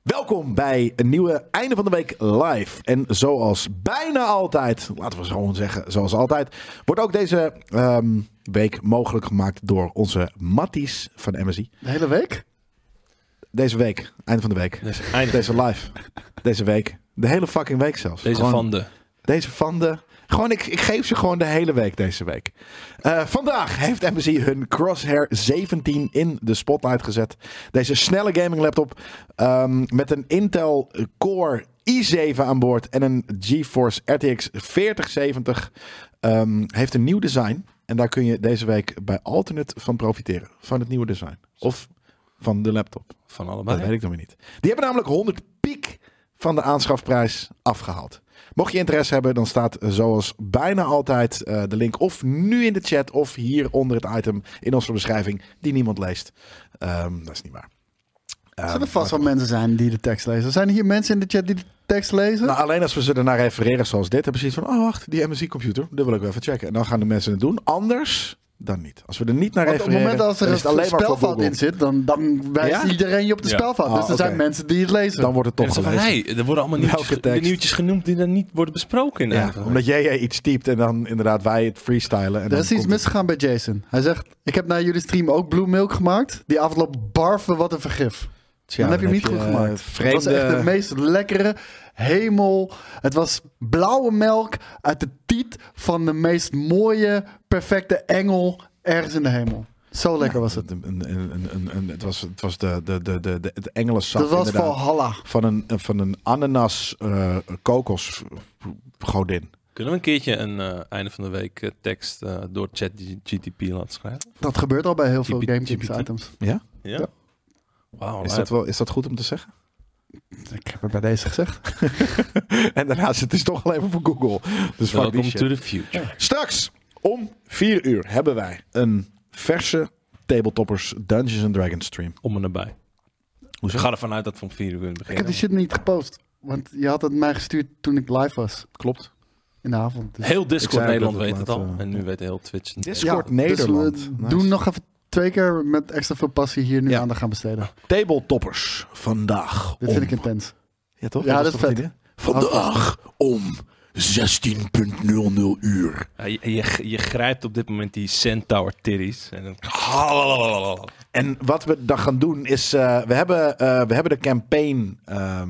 Welkom bij een nieuwe Einde van de Week live. En zoals bijna altijd, laten we gewoon zeggen zoals altijd, wordt ook deze week mogelijk gemaakt door onze Matties van MSI. De hele week? Deze week, einde van de week. Deze live. Deze week. De hele fucking week zelfs. Deze van de. Gewoon, ik geef ze gewoon de hele week deze week. Vandaag heeft MSI hun Crosshair 17 in de spotlight gezet. Deze snelle gaming laptop met een Intel Core i7 aan boord en een GeForce RTX 4070 heeft een nieuw design. En daar kun je deze week bij Alternate van profiteren. Van het nieuwe design. Of van de laptop. Van allebei. Dat weet ik nog weer niet. Die hebben namelijk 100 piek van de aanschafprijs afgehaald. Mocht je interesse hebben, dan staat zoals bijna altijd de link of nu in de chat of hier onder het item in onze beschrijving die niemand leest. Dat is niet waar. Zullen er vast wel mensen zijn die de tekst lezen? Zijn er hier mensen in de chat die de tekst lezen? Nou, alleen als we ze ernaar refereren zoals dit, hebben ze zoiets van, oh wacht, die MSI-computer, dat wil ik wel even checken. En dan gaan de mensen het doen. Anders dan niet. Als we er niet naar Want refereren, op het moment dat er is het alleen een maar voor spelfout Google. in zit, dan wijst iedereen je op de spelfout. Dus er zijn mensen die het lezen. Dan wordt het toch gelezen. Nee, er worden allemaal nieuwtjes genoemd die dan niet worden besproken. Ja, omdat jij iets typt en dan inderdaad wij het freestylen. En er is iets misgegaan bij Jason. Hij zegt, ik heb na jullie stream ook Blue Milk gemaakt. Die avond loopt barven, wat een vergif. Tja, dan heb je hem niet goed gemaakt. Het was echt de meest lekkere hemel. Het was blauwe melk uit de tiet van de meest mooie, perfecte engel ergens in de hemel. Zo lekker was het. Het was het engelensap. Dat was Valhalla. Van een ananas kokos godin. Kunnen we een keertje een einde van de week tekst door ChatGPT laten schrijven? Dat gebeurt al bij heel veel GameKings items. Ja? Ja. Wow, Is dat goed om te zeggen? Ik heb het bij deze gezegd. En daarnaast het is toch al even voor Google. Dus welcome to the future. Straks om 4 uur hebben wij een verse Tabletoppers Dungeons and Dragons stream. Om en nabij. Hoezo? Ik ga ervan uit dat van 4 uur beginnen. Ik heb die shit niet gepost. Want je had het mij gestuurd toen ik live was. Klopt. In de avond. Dus. Heel Discord zei Nederland dat het weet het al. laat, En nu weet heel Twitch. Discord Ja, Nederland. Dus we Nice. doen nog even 2 keer met extra veel passie hier nu aan gaan besteden. Tabletoppers vandaag. Dit vind ik intens. Ja, toch? Ja, dat is toch vet. het idee? Vandaag om 16.00 uur. Ja, je grijpt op dit moment die Centaur titties. En dan... En wat we dan gaan doen is... we hebben de campaign...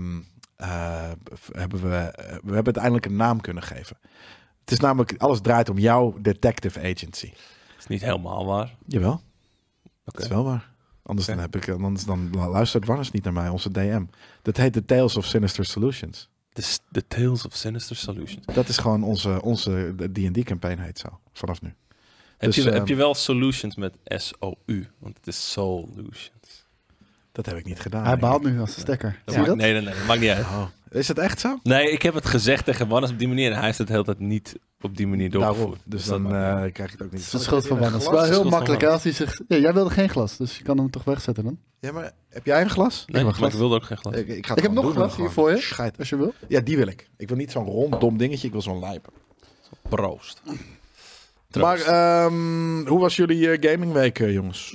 we hebben uiteindelijk een naam kunnen geven. Het is namelijk... Alles draait om jouw detective agency. Dat is niet helemaal waar. Jawel. Dat Oké. is wel waar. Anders dan luistert Warnes niet naar mij, onze DM. Dat heet The Tales of Sinister Solutions. The Tales of Sinister Solutions. Dat is gewoon onze D&D campaign heet zo. Vanaf nu. Heb je wel solutions met S-O-U? Want het is Solutions. Dat heb ik niet gedaan. Hij denk ik. baalt nu als stekker. Dat Zie je maakt, dat? nee, dat maakt niet uit. Oh. Is het echt zo? Nee, ik heb het gezegd tegen Wannes op die manier. En hij heeft het de hele tijd niet op die manier Daarom. doorgevoerd. Dus dat dan maakt niet krijg je het ook niet. Het is de schuld van Wannes. Glas? Wel heel schuld van makkelijk. Wannes. Als hij zegt, ja, jij wilde geen glas, dus je kan hem toch wegzetten dan? Ja, maar heb jij een glas? nee, heb maar glas. ik wilde ook geen glas. Ik ga het Ik heb gewoon nog doen een glas dan hier gewoon. voor je. Scheid. Als je wil. Ja, die wil ik. Ik wil niet zo'n rond dom dingetje. Ik wil zo'n lijp. Proost. Maar hoe was jullie gamingweek, jongens?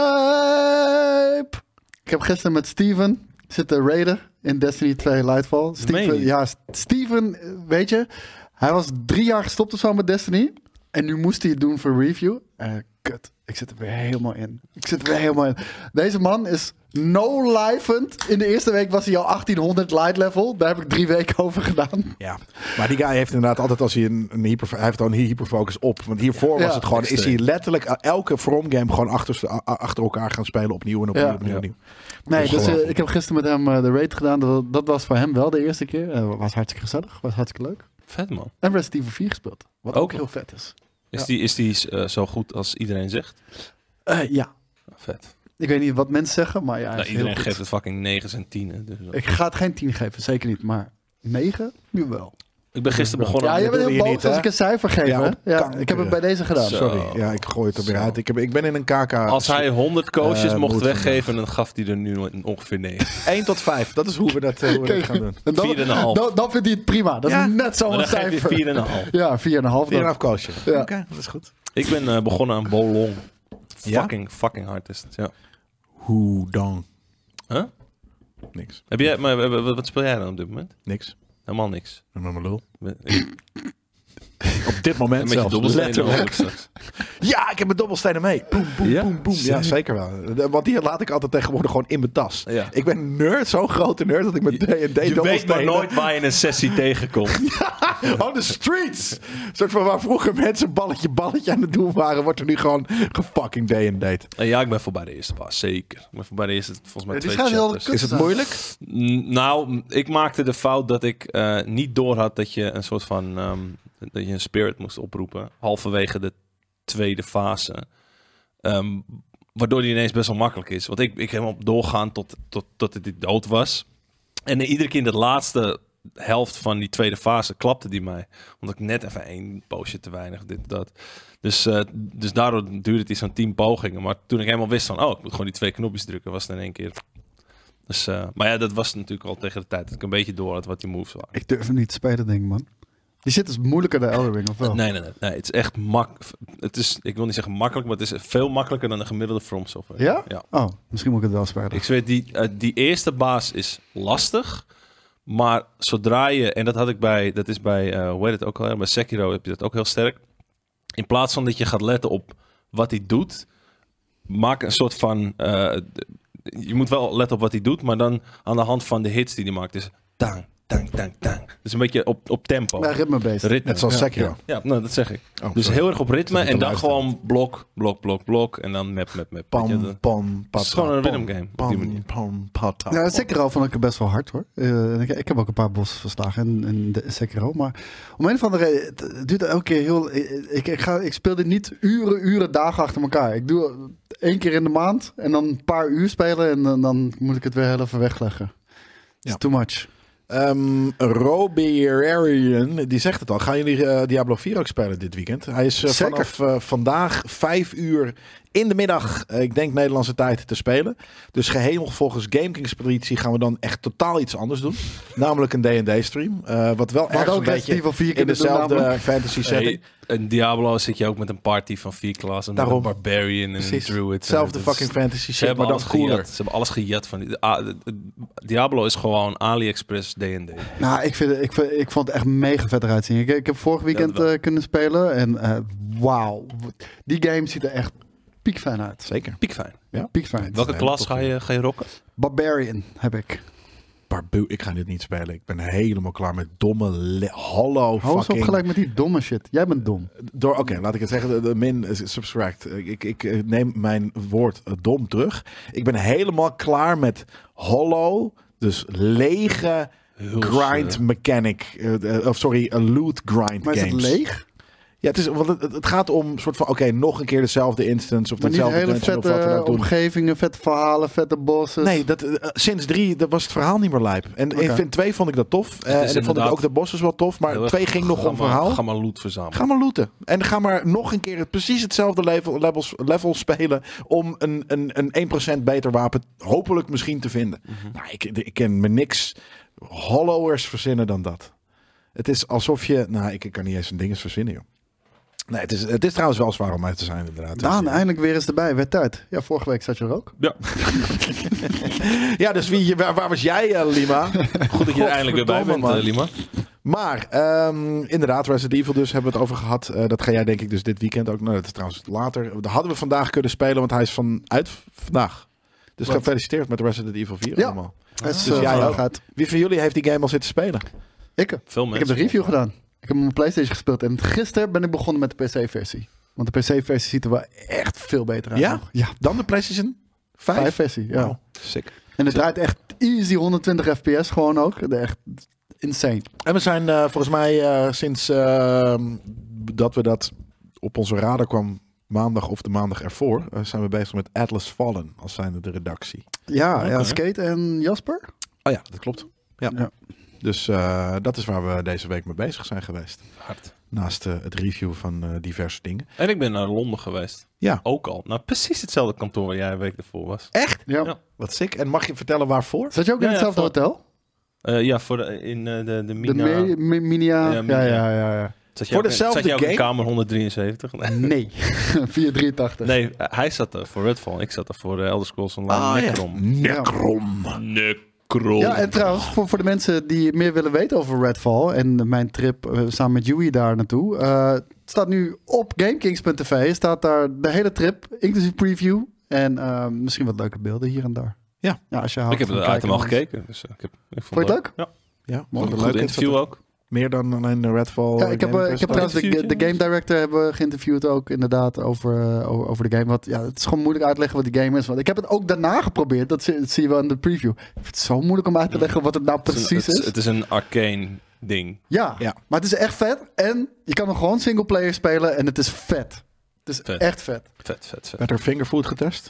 Lijp! Ik heb gisteren met Steven zitten raiden in Destiny 2 Lightfall. Steven, weet je, hij was 3 jaar gestopt of zo met Destiny. En nu moest hij het doen voor review. Kut, ik zit er weer helemaal in. Deze man is no-lifend. In de eerste week was hij al 1800 light level. Daar heb ik 3 weken over gedaan. Ja, maar die guy heeft inderdaad altijd als hij hij heeft gewoon een hyperfocus op. Want hiervoor was het gewoon, is hij letterlijk elke From game gewoon achter elkaar gaan spelen opnieuw en opnieuw. Nee, dus gewoon- ik heb gisteren met hem de raid gedaan. Dat was voor hem wel de eerste keer. Was hartstikke gezellig, was hartstikke leuk. Vet, man. En Resident Evil 4 gespeeld. Wat ook heel vet is. Is die zo goed als iedereen zegt? Ja. Vet. Ik weet niet wat mensen zeggen, maar ja. hij is Iedereen heel geeft goed. het fucking 9's en 10's. Dus Ik ga het geen 10 geven, zeker niet. Maar 9? Nu wel. ik ben gisteren begonnen. Ja, je bent doe heel je boos niet, als hè? ik een cijfer geef. Ja, hè? op Ja, kanker. ik heb het bij deze gedaan. Zo. Sorry, ja, ik gooi het er weer uit. Ik ben in een KK. Als hij 100 coaches mocht moet weggeven, dan gaf hij er nu ongeveer 9. 1 tot 5, dat is hoe we dat gaan doen. En dan, 4,5. dan vindt hij het prima. Dat Ja. is net Maar zo'n dan geef cijfer. je 4,5. Ja, 4,5 dan. 4,5 coachen. Ja. Oké, dat is goed. Ik ben begonnen aan Bolong. Ja? Fucking hard is het, ja. Hoe dan? Huh? Niks. Heb jij, maar wat speel jij dan op dit moment? Niks. Helemaal niks. Ik ben met mijn lul. Op dit moment Met je zelfs. dobbelstenen hopelijk Letterlijk. straks. Ja, ik heb mijn dobbelstenen mee. Boom, boom, Ja? boom, boom. Ja, zeker wel. Want die laat ik altijd tegenwoordig gewoon in mijn tas. Ja. Ik ben nerd, zo'n grote nerd, dat ik met D&D Je weet maar nooit waar je in een sessie tegenkomt. On the streets! Een soort van waar vroeger mensen balletje aan het doen waren, wordt er nu gewoon gefucking D&D'd. Ja, ik ben voorbij de eerste baas, zeker. Ik ben voorbij de eerste, volgens mij Ja, die 2 schijnt heel chapters. kut. Is het moeilijk? Nou, ik maakte de fout dat ik niet doorhad dat je een soort van... dat je een spirit moest oproepen. Halverwege de tweede fase. Waardoor die ineens best wel makkelijk is. Want ik helemaal doorgaan tot het dood was. En iedere keer in de laatste helft van die tweede fase klapte die mij. Omdat ik net even 1 poosje te weinig dit dat. Dus daardoor duurde het zo'n 10 pogingen. Maar toen ik helemaal wist van... ik moet gewoon die 2 knopjes drukken. Was het in één keer... Dus, maar ja, dat was natuurlijk al tegen de tijd dat ik een beetje door had wat die moves waren. Ik durf hem niet te spelen, denk ik, man. Die zit dus moeilijker dan Elden Ring, of wel? Nee, het is echt het is, ik wil niet zeggen makkelijk, maar het is veel makkelijker dan een gemiddelde From Software. Ja? Ja. Oh, misschien moet ik het wel spelen. Ik zweer, die eerste baas is lastig, maar zodra je, en dat had ik dat is bij, hoe heet het ook al, bij Sekiro heb je dat ook heel sterk. In plaats van dat je gaat letten op wat hij doet, maak een soort van, je moet wel letten op wat hij doet, maar dan aan de hand van de hits die hij maakt, is tang, tang, tang, tang. Dus een beetje op tempo. Ja, ritme-based. Ritme. Net zoals Ja. Sekiro. Ja, nou, dat zeg ik. Oh, Dus sorry. heel erg op ritme Zit en te dan luisteren. gewoon blok en dan map. Weet je, Pam, pam, het is gewoon een rhythm game op die manier. Pam, pata. Ja, Sekiro vond ik het best wel hard, hoor. Ik heb ook een paar bossen verslagen in Sekiro. Maar om een of andere reden, het duurt elke keer heel... Ik speel dit niet uren, dagen achter elkaar. Ik doe 1 keer in de maand en dan een paar uur spelen en dan moet ik het weer heel even wegleggen. It's too much. Robierian, die zegt het al. Gaan jullie Diablo 4 ook spelen dit weekend? Hij is Zeker. vanaf vandaag 5 uur in de middag, ik denk Nederlandse tijd, te spelen. Dus geheel volgens GameKings-expeditie gaan we dan echt totaal iets anders doen. Namelijk een D&D-stream. Wat wel ergens ook een beetje Resident Evil 4 in kunnen doen, dezelfde namelijk. fantasy setting. In Diablo zit je ook met een party van 4 klassen. Met Daarom. een barbarian en een Precies. druid. Hetzelfde Dus fucking fantasy ze shit, hebben maar dan alles cooler. gejat. Ze hebben alles gejat van Diablo is gewoon AliExpress D&D. Nou, ik vond het echt mega vet eruit zien. Ik heb vorig weekend Ja, wel. kunnen spelen en wauw. Die game ziet er echt piekfijn uit. Zeker. Piekfijn. Piekfijn. Welke Nee, klas tof, ga je rocken? Barbarian heb ik. Ik ga dit niet spelen. Ik ben helemaal klaar met domme, hollow Hou eens op fucking... gelijk met die domme shit. Jij bent dom. Oké, laat ik het zeggen. De min subtract. Ik neem mijn woord dom terug. Ik ben helemaal klaar met hollow, dus lege grind mechanic. Loot grind Maar is games. het leeg? Ja, het gaat om soort van, nog een keer dezelfde instance of Maar niet dezelfde hele dungeon of wat we vette dan doen. omgevingen, vette verhalen, vette bossen. Nee, sinds 3 was het verhaal niet meer lijp. En in 2 vond ik dat tof. En dan vond ik inderdaad ook de bosses wel tof. Maar 2 ging nog om verhaal. Ga maar loot verzamelen. Ga maar looten. En ga maar nog een keer precies hetzelfde level spelen om een 1% beter wapen hopelijk misschien te vinden. Nou, ik ken me niks hollowers verzinnen dan dat. Het is alsof je... Nou, ik kan niet eens een ding eens verzinnen, joh. Nee, het is trouwens wel zwaar om mij te zijn, inderdaad. Daan, eindelijk weer eens erbij. Werd tijd. Ja, vorige week zat je er ook. Ja. Ja, dus waar was jij, Lima? Goed dat je er eindelijk weer bij bent, man. Lima. Maar inderdaad, Resident Evil dus hebben we het over gehad. Dat ga jij denk ik dus dit weekend ook. Nou, dat is trouwens later. Dat hadden we vandaag kunnen spelen, want hij is vandaag. Dus Wat? gefeliciteerd met Resident Evil 4 Ja. allemaal. Het is, Dus jij vandaag ook. gaat. Wie van jullie heeft die game al zitten spelen? Ik Veel heb mensen. de review gedaan. Ik heb hem op PlayStation gespeeld. En gisteren ben ik begonnen met de PC-versie. Want de PC-versie ziet er wel echt veel beter uit. Ja? nog. Ja, Dan de PlayStation 5? 5-versie. Ja. Wow, sick. En het draait echt easy 120 fps gewoon ook. Echt insane. En we zijn volgens mij sinds dat we dat op onze radar kwam, maandag of de maandag ervoor, zijn we bezig met Atlas Fallen als zijnde de redactie. Ja, Oké. ja, Skate en Jasper. Oh ja, dat klopt. Ja. Ja. Dus dat is waar we deze week mee bezig zijn geweest. Hard. Naast het review van diverse dingen. En ik ben naar Londen geweest. Ja. Ook al. Nou, precies hetzelfde kantoor waar jij een week ervoor was. Echt? Ja. Ja. Wat sick. En mag je vertellen waarvoor? Zat je ook in Ja, ja, hetzelfde voor- hotel? Ja, voor in de De Mina. Minia. Ja, Ja. Zat Voor dezelfde zat jij ook in game? kamer 173? Nee. Nee. 483. Nee, hij zat er voor Redfall. Ik zat er voor Elder Scrolls Online. Necrom. Necrom. krol. Ja, en trouwens, voor de mensen die meer willen weten over Redfall en mijn trip samen met Joey daar naartoe. Het staat nu op GameKings.tv. Staat daar de hele trip, inclusief preview. En misschien wat leuke beelden hier en daar. Ja. Als je Ik heb het item al gekeken. Dus ik vond je het leuk? Ja. Ja, Vond ik een leuk goed interview ook. Meer dan alleen de Redfall. Ja, ik heb trouwens de game director hebben geïnterviewd ook inderdaad over de game. Het is gewoon moeilijk uitleggen wat die game is. Want ik heb het ook daarna geprobeerd. Dat zie je wel in de preview. Ik vind het zo moeilijk om uit te leggen wat het nou precies is. Het is een arcane ding. Ja, maar het is echt vet. En je kan hem gewoon singleplayer spelen en het is vet. Het is echt vet. Vet. Werd er fingerfood getest?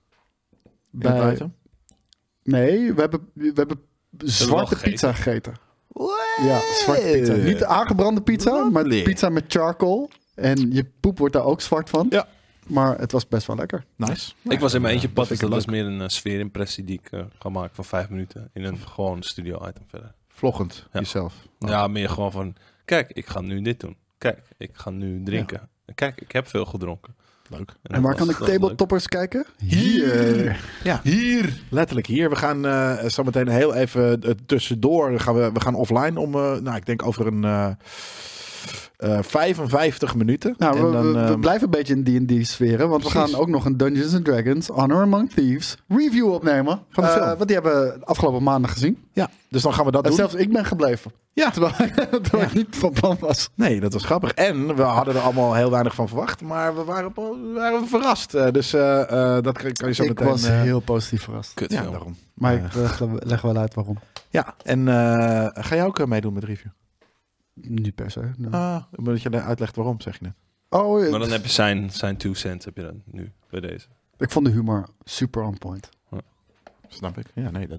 Nee, we hebben zwarte pizza gegeten. Ja, zwarte pizza. Niet aangebrande pizza, maar pizza met charcoal. En je poep wordt daar ook zwart van. Ja. Maar het was best wel lekker. Nice. Ik was in mijn eentje pad, dus dat was meer een sfeerimpressie die ik ga maken van 5 minuten. In een gewoon studio item verder. Vloggend, jezelf. Ja, meer gewoon van, kijk, ik ga nu dit doen. Kijk, ik ga nu drinken. Kijk, ik heb veel gedronken. Leuk. En waar kan ik tabletoppers kijken? Hier. Ja, hier. Letterlijk hier. We gaan zo meteen heel even tussendoor. We gaan offline om, ik denk over een 55 minuten. Nou, en dan, we blijven een beetje in D&D-sferen. Want precies. we gaan ook nog een Dungeons & Dragons Honor Among Thieves review opnemen. Van de film. Want die hebben we afgelopen maandag gezien. Ja, dus dan gaan we dat En doen. zelfs ik ben gebleven. Ja. Terwijl ik niet van plan was. Nee, dat was grappig. En we hadden er allemaal heel weinig van verwacht. Maar we waren verrast. Dus dat kan je zo meteen... Ik was heel positief verrast. Kut, Ja, joh. daarom. Maar ik leg wel uit waarom. Ja, en ga jij ook meedoen met de review? Niet per se. Nee. Omdat je uitlegt waarom, zeg je net. Oh, Maar dan heb je zijn 2 cents heb je dan nu bij deze. ik vond de humor super on point. Snap ik. Ja, nee,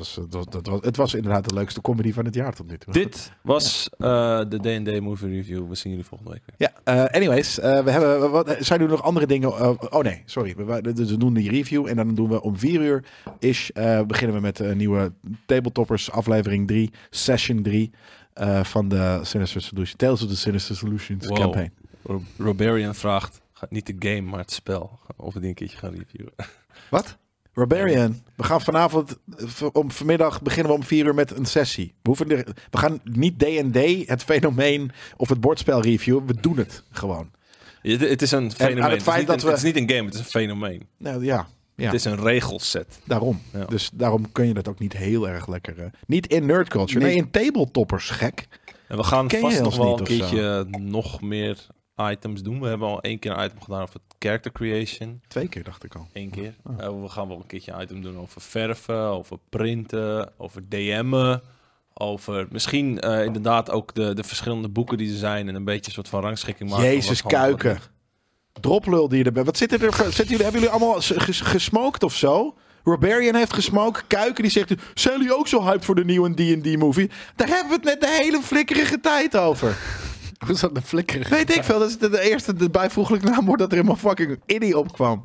het was inderdaad de leukste comedy van het jaar tot nu toe. Dit was de D&D Movie Review. We zien jullie volgende week weer. Ja, anyways, zijn er nog andere dingen? Oh nee, sorry. We doen die review en dan doen we om 4 uur beginnen we met een nieuwe Tabletoppers aflevering 3, session 3 van de Sinister Solutions, Tales of the Sinister Solutions campaign. Robarian vraagt, niet de game, maar het spel. Of we die een keertje gaan reviewen. Wat? Robarian. We gaan vanavond, vanmiddag beginnen we om 4 uur met een sessie. We gaan niet D&D, het fenomeen of het bordspel reviewen. We doen het gewoon. Het is een fenomeen. Het is niet een game, het is een fenomeen. Nou ja. Het is een regelset. Daarom. Ja. Dus daarom kun je dat ook niet heel erg lekker... niet in nerd culture. Nee, in tabletoppers, gek. En we gaan Ken je vast nog ons wel niet een of zo? keertje nog meer items doen. We hebben al 1 keer een item gedaan over character creation. 2 keer dacht ik al. 1 keer. We gaan wel een keertje een item doen over verven, over printen, over DM'en. Over misschien inderdaad ook de verschillende boeken die er zijn. En een beetje een soort van rangschikking maken. Jezus, kuiken. Droplul die je erbij... Wat zitten er... hebben jullie allemaal gesmoked of zo? Robarian heeft gesmoked. Kuiken die zegt... Zijn jullie ook zo hyped voor de nieuwe D&D movie? Daar hebben we het net de hele flikkerige tijd over. Hoe is dat een flikker? Weet ik veel. Dat is de eerste bijvoeglijke naamwoord dat er in mijn fucking idee opkwam.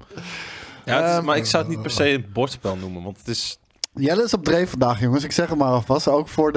Ja, maar ik zou het niet per se een bordspel noemen. Want het is... Jelle is op dreef vandaag, jongens. Ik zeg het maar alvast. Ook voor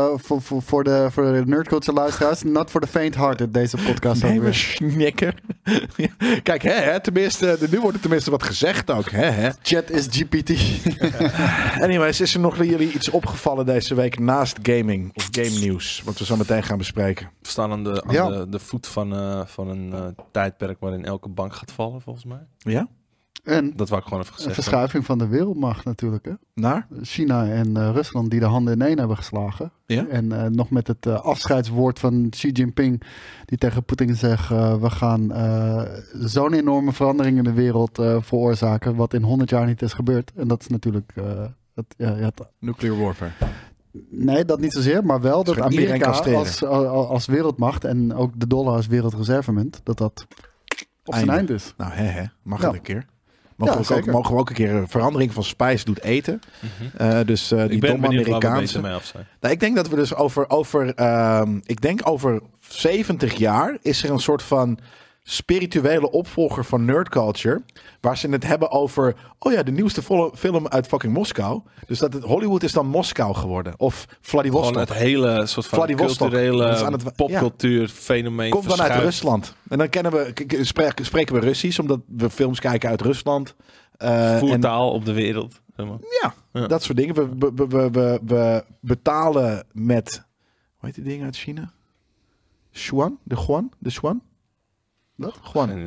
de nerdculture luisteraars. Not for the faint-hearted, deze podcast. Nee, maar snikker. Kijk, tenminste, nu wordt er tenminste wat gezegd ook. Chat is GPT. Anyways, is er nog jullie iets opgevallen deze week naast gaming of game nieuws? Wat we zo meteen gaan bespreken. We staan aan de voet van een tijdperk waarin elke bank gaat vallen, volgens mij. Ja? En Dat wou ik gewoon even gezegd een verschuiving van de wereldmacht natuurlijk. Hè? Naar? China en Rusland die de handen in één hebben geslagen. Ja? En nog met het afscheidswoord van Xi Jinping die tegen Poetin zegt... we gaan zo'n enorme verandering in de wereld veroorzaken... wat in 100 jaar niet is gebeurd. En dat is natuurlijk... Nuclear warfare. Nee, dat niet zozeer, maar wel dat gewoon iedereen Amerika als wereldmacht... en ook de dollar als wereldreservemunt... dat op zijn eind is. Nou, mag Ja. het een keer. Mogen we ook een keer een verandering van spijs doet eten. Dus die Ik ben domme benieuwd waar we Amerikaanse... beter mee af zijn. Nou, ik denk dat we dus over 70 jaar is er een soort van spirituele opvolger van nerd culture, waar ze het hebben over, de nieuwste film uit fucking Moskou. Dus Hollywood is dan Moskou geworden. Of Vladivostok. Gewoon het hele soort van culturele popcultuur fenomeen komt dan uit Rusland. En dan spreken we Russisch, omdat we films kijken uit Rusland. Voertaal op de wereld. Zeg maar. Ja, dat soort dingen. We betalen met... Hoe heet die ding uit China? Xuan? De Xuan? Wat?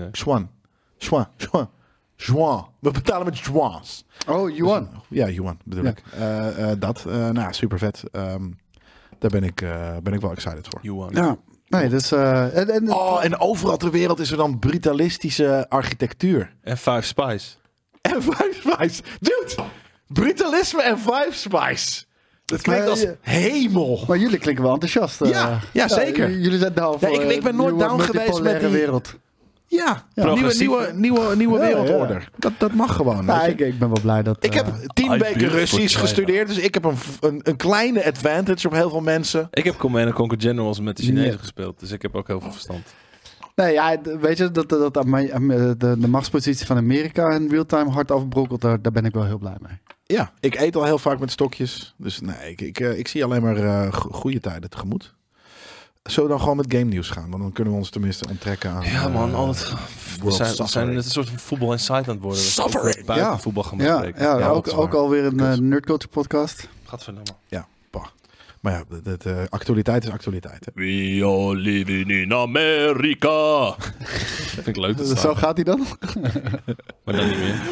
Juan. We betalen met juans. Oh, yuan. Dus, ja, yuan bedoel ik. Super vet. Daar ben ik wel excited voor. Yuan. Ja. Nee, dus... En overal ter wereld is er dan brutalistische architectuur. En Five Spice. En Five Spice. Dude, brutalisme en Five Spice. Dat klinkt als hemel. Maar jullie klinken wel enthousiast. Ja, zeker. Jullie zijn down voor ik ben nooit down geweest met die wereld. Ja, nieuwe wereldorde. Dat mag gewoon. Ik ben wel blij dat... Ik heb 10 weken Russisch gestudeerd, dus ik heb een kleine advantage op heel veel mensen. Ik heb Command & Conquer Generals met de Chinezen gespeeld, dus ik heb ook heel veel verstand. Nee, ja, weet je, dat de machtspositie van Amerika in real-time hard afbrokkelt, daar ben ik wel heel blij mee. Ja, ik eet al heel vaak met stokjes. Dus nee, ik zie alleen maar goede tijden tegemoet. Zullen we dan gewoon met game nieuws gaan? Want dan kunnen we ons tenminste onttrekken aan... Ja man, we zijn net een soort van voetbal insight aan het worden. Suffering! Buiten voetbal gaan bespreken. Ja, ook alweer een Nerd Culture podcast. Gadverdamme. Ja, maar ja, actualiteit is actualiteit. Hè. We are living in America. Dat vind ik leuk. Zo gaat hij dan? Maar dan niet meer.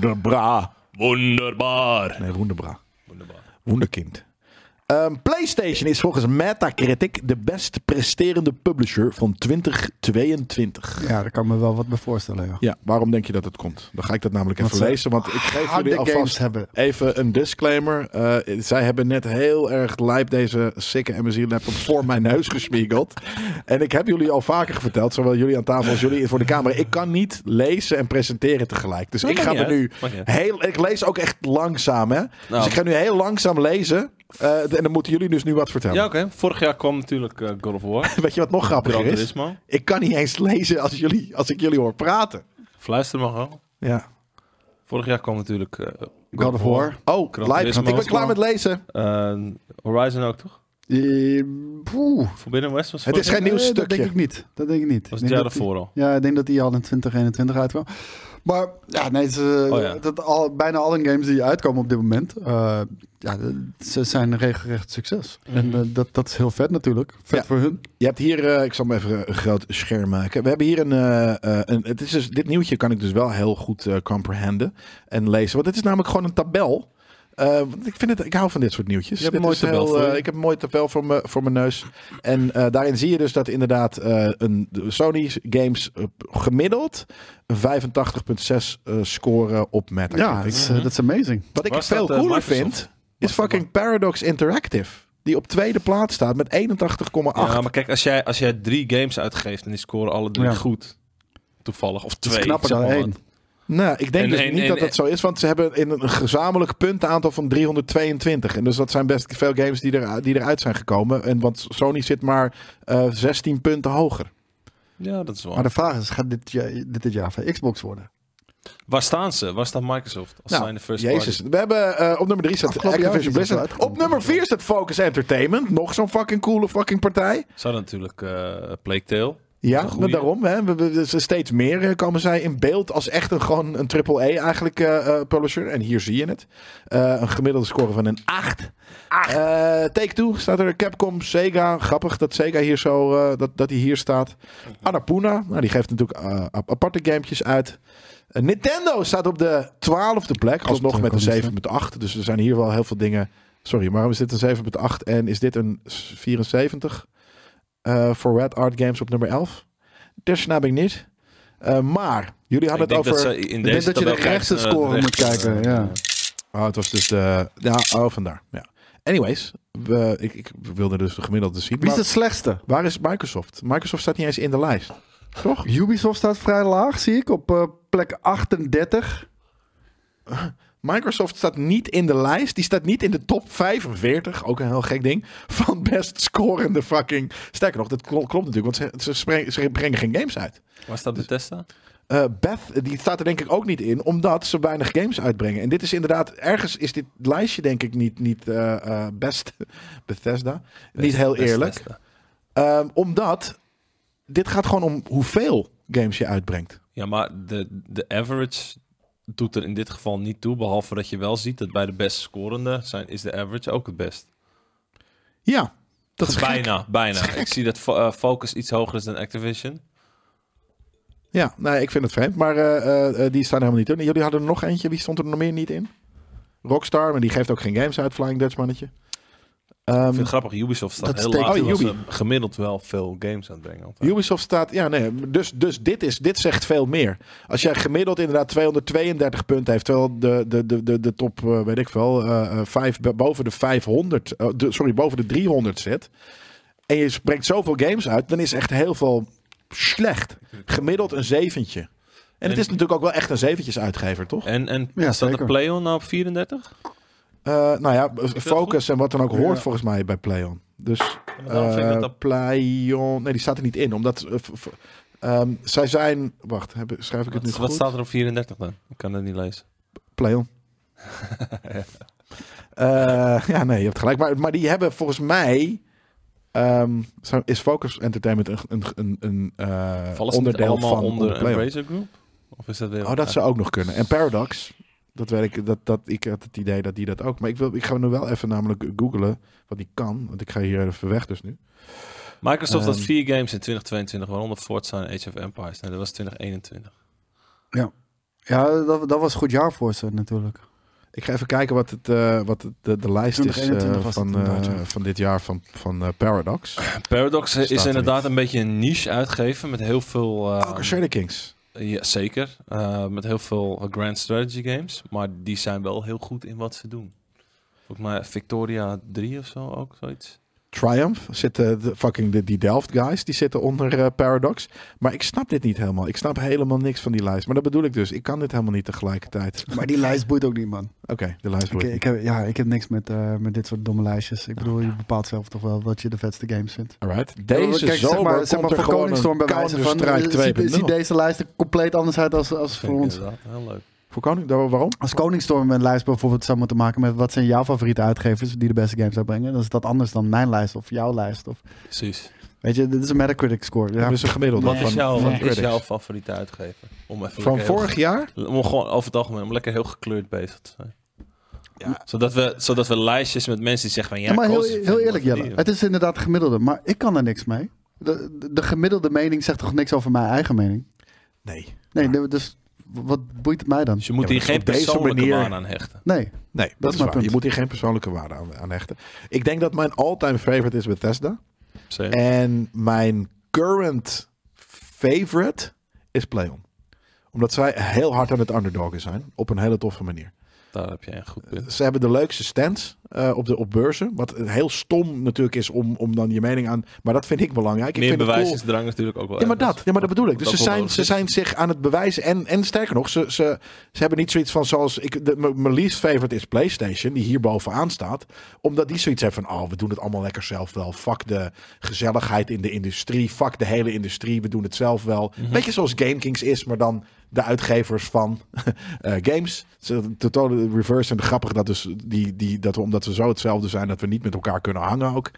Wunderbaar. Nee, wunderbaar. Wunderkind. PlayStation is volgens Metacritic de best presterende publisher van 2022. Ja, daar kan ik me wel wat bij voorstellen. Ja, waarom denk je dat het komt? Dan ga ik dat namelijk even lezen. Want ik geef jullie alvast even een disclaimer. Zij hebben net heel erg lijp deze sikke MSI laptop voor mijn neus gespiegeld. En ik heb jullie al vaker verteld, zowel jullie aan tafel als jullie voor de camera. Ik kan niet lezen en presenteren tegelijk. Dus ik ga er nu ik lees ook echt langzaam, hè? Dus ik ga nu heel langzaam lezen. En dan moeten jullie dus nu wat vertellen. Ja, oké. Vorig jaar kwam natuurlijk God of War. Weet je wat nog grappiger is? Ik kan niet eens lezen als ik jullie hoor praten. Fluister maar gewoon. Ja. Vorig jaar kwam natuurlijk God of War. Oh, live. Ik ben klaar met lezen. Horizon ook, toch? Forbidden West was het is geen nieuw stukje. Dat denk ik niet. Was het jaar daarvoor al? Ja, ik denk dat die al in 2021 uitkwam. Maar ja, nee, bijna alle games die uitkomen op dit moment, ze zijn regelrecht succes. En dat is heel vet natuurlijk. Vet voor hun. Je hebt hier, ik zal me even een groot scherm maken. We hebben hier het is dus, dit nieuwtje kan ik dus wel heel goed comprehenden en lezen. Want het is namelijk gewoon een tabel. Ik hou van dit soort nieuwtjes. Ik heb een mooie tabel voor mijn neus. En daarin zie je dus dat inderdaad de Sony games gemiddeld een 85,6 scoren op Metacritic. Ja, dat is amazing. Wat ik veel cooler vind, is fucking Paradox Interactive. Die op tweede plaats staat met 81,8. Ja, maar kijk, als jij 3 games uitgeeft en die scoren alle 3 goed, toevallig, of 2. Knapper dan 1. Nou, ik denk niet dat dat zo is, want ze hebben in een gezamenlijk puntenaantal van 322. En dus dat zijn best veel games die eruit zijn gekomen. Want Sony zit maar 16 punten hoger. Ja, dat is wel. Maar de vraag is, gaat dit het jaar van Xbox worden? Waar staan ze? Waar staat Microsoft? Als zijn de first Jezus. party? We hebben op nummer 3 staat Activision Blizzard. Op nummer 4 staat Focus Entertainment. Nog zo'n fucking coole fucking partij. Zou natuurlijk Plague Tale. Ja, maar daarom. Hè. We steeds meer komen zij in beeld als echt gewoon een AAA eigenlijk publisher. En hier zie je het. Een gemiddelde score van een 8. Take-Two staat er. Capcom, Sega. Grappig dat Sega hier zo dat hij hier staat. Annapurna. Nou, die geeft natuurlijk aparte gamepjes uit. Nintendo staat op de 12e plek. Alsnog met een 7,8. Dus er zijn hier wel heel veel dingen. Sorry, waarom is dit een 7,8 en is dit een 74? Voor Red Art Games op nummer 11. Dat snap ik niet. Maar jullie hadden het over... Ik denk dat je de rechtse score moet kijken. Ja. Oh, het was dus vandaar. Ja. Anyways, ik wilde dus de gemiddelde zien. Wie is het slechtste? Waar is Microsoft? Microsoft staat niet eens in de lijst. Toch? Ubisoft staat vrij laag, zie ik. Op plek 38. Microsoft staat niet in de lijst. Die staat niet in de top 45. Ook een heel gek ding. Van best scorende fucking... Sterker nog, dat klopt natuurlijk. Want ze brengen geen games uit. Waar staat Bethesda? Beth, die staat er denk ik ook niet in. Omdat ze weinig games uitbrengen. En dit is inderdaad... Ergens is dit lijstje denk ik niet best... Bethesda. Niet heel eerlijk. Omdat... Dit gaat gewoon om hoeveel games je uitbrengt. Ja, maar de average doet er in dit geval niet toe. Behalve dat je wel ziet dat bij de best scorende is de average ook het best. Ja, dat is bijna. Ik zie dat Focus iets hoger is dan Activision. Ja, nee, ik vind het vreemd. Maar die staan helemaal niet in. Jullie hadden er nog eentje. Wie stond er nog meer niet in? Rockstar, maar die geeft ook geen games uit. Flying Dutch mannetje. Ik vind het grappig. Ubisoft staat heel laag. Gemiddeld wel veel games aan het brengen. Altijd. Ubisoft staat... Ja, nee. Dus dit zegt veel meer. Als jij gemiddeld inderdaad 232 punten heeft... terwijl de top, weet ik veel... boven de 500... boven de 300 zit... en je brengt zoveel games uit... dan is echt heel veel slecht. Gemiddeld een zeventje. En het is natuurlijk ook wel echt een zeventjes uitgever, toch? En staat de PlayOn nou op 34? Nou ja, Focus en wat dan ook hoort volgens mij bij PlayOn. Dus PlayOn... Nee, die staat er niet in. Omdat zij zijn... Wacht, schrijf ik het nu goed? Wat staat er op 34 dan? Ik kan het niet lezen. PlayOn. Ja, nee, je hebt gelijk. Maar die hebben volgens mij... is Focus Entertainment een onderdeel van onder een Razer Group? Of is dat weer... dat zou ook nog kunnen. En Paradox... Dat weet ik, ik had het idee dat die dat ook... Maar ik ga nu wel even namelijk googlen wat die kan. Want ik ga hier even weg dus nu. Microsoft had 4 games in 2022, waaronder Forza en Age of Empires. Nee, dat was 2021. Ja, dat was een goed jaar voor ze natuurlijk. Ik ga even kijken wat de lijst is van dit jaar van Paradox. Paradox is inderdaad een beetje een niche uitgeven met heel veel... Crusader Kings. Ja, zeker. Met heel veel grand strategy games. Maar die zijn wel heel goed in wat ze doen. Volgens mij Victoria 3 of zo ook, zoiets. Triumph zitten die Delft guys, die zitten onder Paradox. Maar ik snap dit niet helemaal. Ik snap helemaal niks van die lijst. Maar dat bedoel ik dus. Ik kan dit helemaal niet tegelijkertijd. Maar die lijst boeit ook niet, man. Oké, de lijst boeit. Ik heb niks met dit soort domme lijstjes. Ik bedoel, je bepaalt zelf toch wel wat je de vetste games vindt. Alright. Deze zomer zeg maar voor Koningsstorm bij wijze van... Ziet deze lijst er compleet anders uit als voor ons. Inderdaad, heel leuk. Voor waarom? Als Koningsstorm een lijst bijvoorbeeld zou moeten maken met wat zijn jouw favoriete uitgevers die de beste games uitbrengen, dan is dat anders dan mijn lijst of jouw lijst. Of... Precies. Weet je, dit is een Metacritic score. Ja. Dus een gemiddelde. Wat is jouw favoriete uitgever? Van vorig jaar? Om gewoon over het algemeen, om lekker heel gekleurd bezig te zijn. Ja. Zodat we lijstjes met mensen die zeggen van... Ja, maar heel eerlijk Jelle, het is inderdaad gemiddelde, maar ik kan er niks mee. De gemiddelde mening zegt toch niks over mijn eigen mening? Nee, dus... Wat boeit het mij dan? Dus je moet hier geen persoonlijke waarde aan hechten. Nee, dat is waar. Punt. Je moet hier geen persoonlijke waarde aan hechten. Ik denk dat mijn all-time favorite is Bethesda. Zeker. En mijn current favorite is PlayOn. Omdat zij heel hard aan het underdoggen zijn. Op een hele toffe manier. Daar heb je een goed punt. Ze hebben de leukste stands op beurzen. Wat heel stom natuurlijk is om dan je mening aan... Maar dat vind ik belangrijk. Meer bewijsdrang natuurlijk ook wel. Ja, maar dat bedoel ik. Dus ze zijn zich aan het bewijzen. En sterker nog, ze hebben niet zoiets van zoals... Mijn least favorite is PlayStation, die hier bovenaan staat. Omdat die zoiets heeft van... we doen het allemaal lekker zelf wel. Fuck de gezelligheid in de industrie. Fuck de hele industrie. We doen het zelf wel. Beetje zoals GameKings is, maar dan... de uitgevers van games. Totaal reverse en grappig dat dus dat we, omdat we zo hetzelfde zijn, dat we niet met elkaar kunnen hangen ook.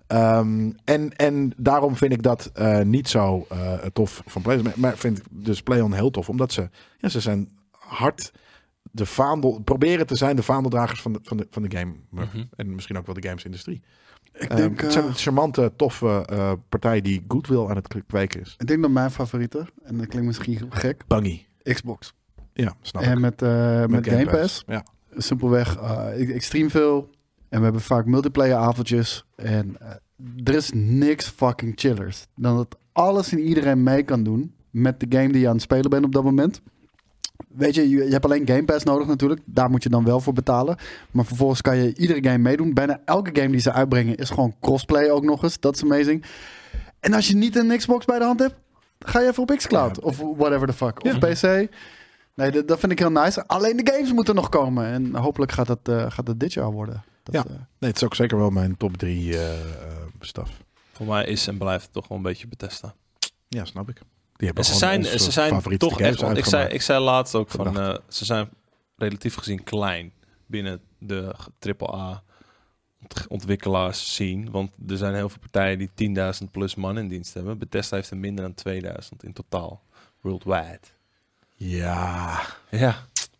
En daarom vind ik dat niet zo tof van PlayStation. Maar vind ik dus PlayOn heel tof, omdat ze zijn hard de vaandel proberen te zijn de vaandeldragers van de game en misschien ook wel de gamesindustrie. Ik denk, het zijn een charmante, toffe partij die goodwill aan het kweken is. Ik denk dat mijn favoriete, en dat klinkt misschien gek, Bungie. Xbox. Ja, snap en ik. Met Game Pass. Ja. Simpelweg, ik stream veel en we hebben vaak multiplayer avondjes. En er is niks fucking chillers dan dat alles en iedereen mee kan doen met de game die je aan het spelen bent op dat moment. Weet je hebt alleen Game Pass nodig natuurlijk. Daar moet je dan wel voor betalen. Maar vervolgens kan je iedere game meedoen. Bijna elke game die ze uitbrengen is gewoon crossplay ook nog eens. Dat is amazing. En als je niet een Xbox bij de hand hebt, ga je even op xCloud. Of whatever the fuck. Of PC. Nee, dat vind ik heel nice. Alleen de games moeten nog komen. En hopelijk gaat dat dit jaar worden. Nee, het is ook zeker wel mijn top 3 staf. Voor mij is en blijft het toch wel een beetje Bethesda. Ja, snap ik. Die hebben ze zijn toch echt... Ik zei laatst ook van... ze zijn relatief gezien klein binnen de AAA ontwikkelaars zien. Want er zijn heel veel partijen die 10.000 plus man in dienst hebben. Bethesda heeft er minder dan 2000 in totaal. Worldwide. Ja.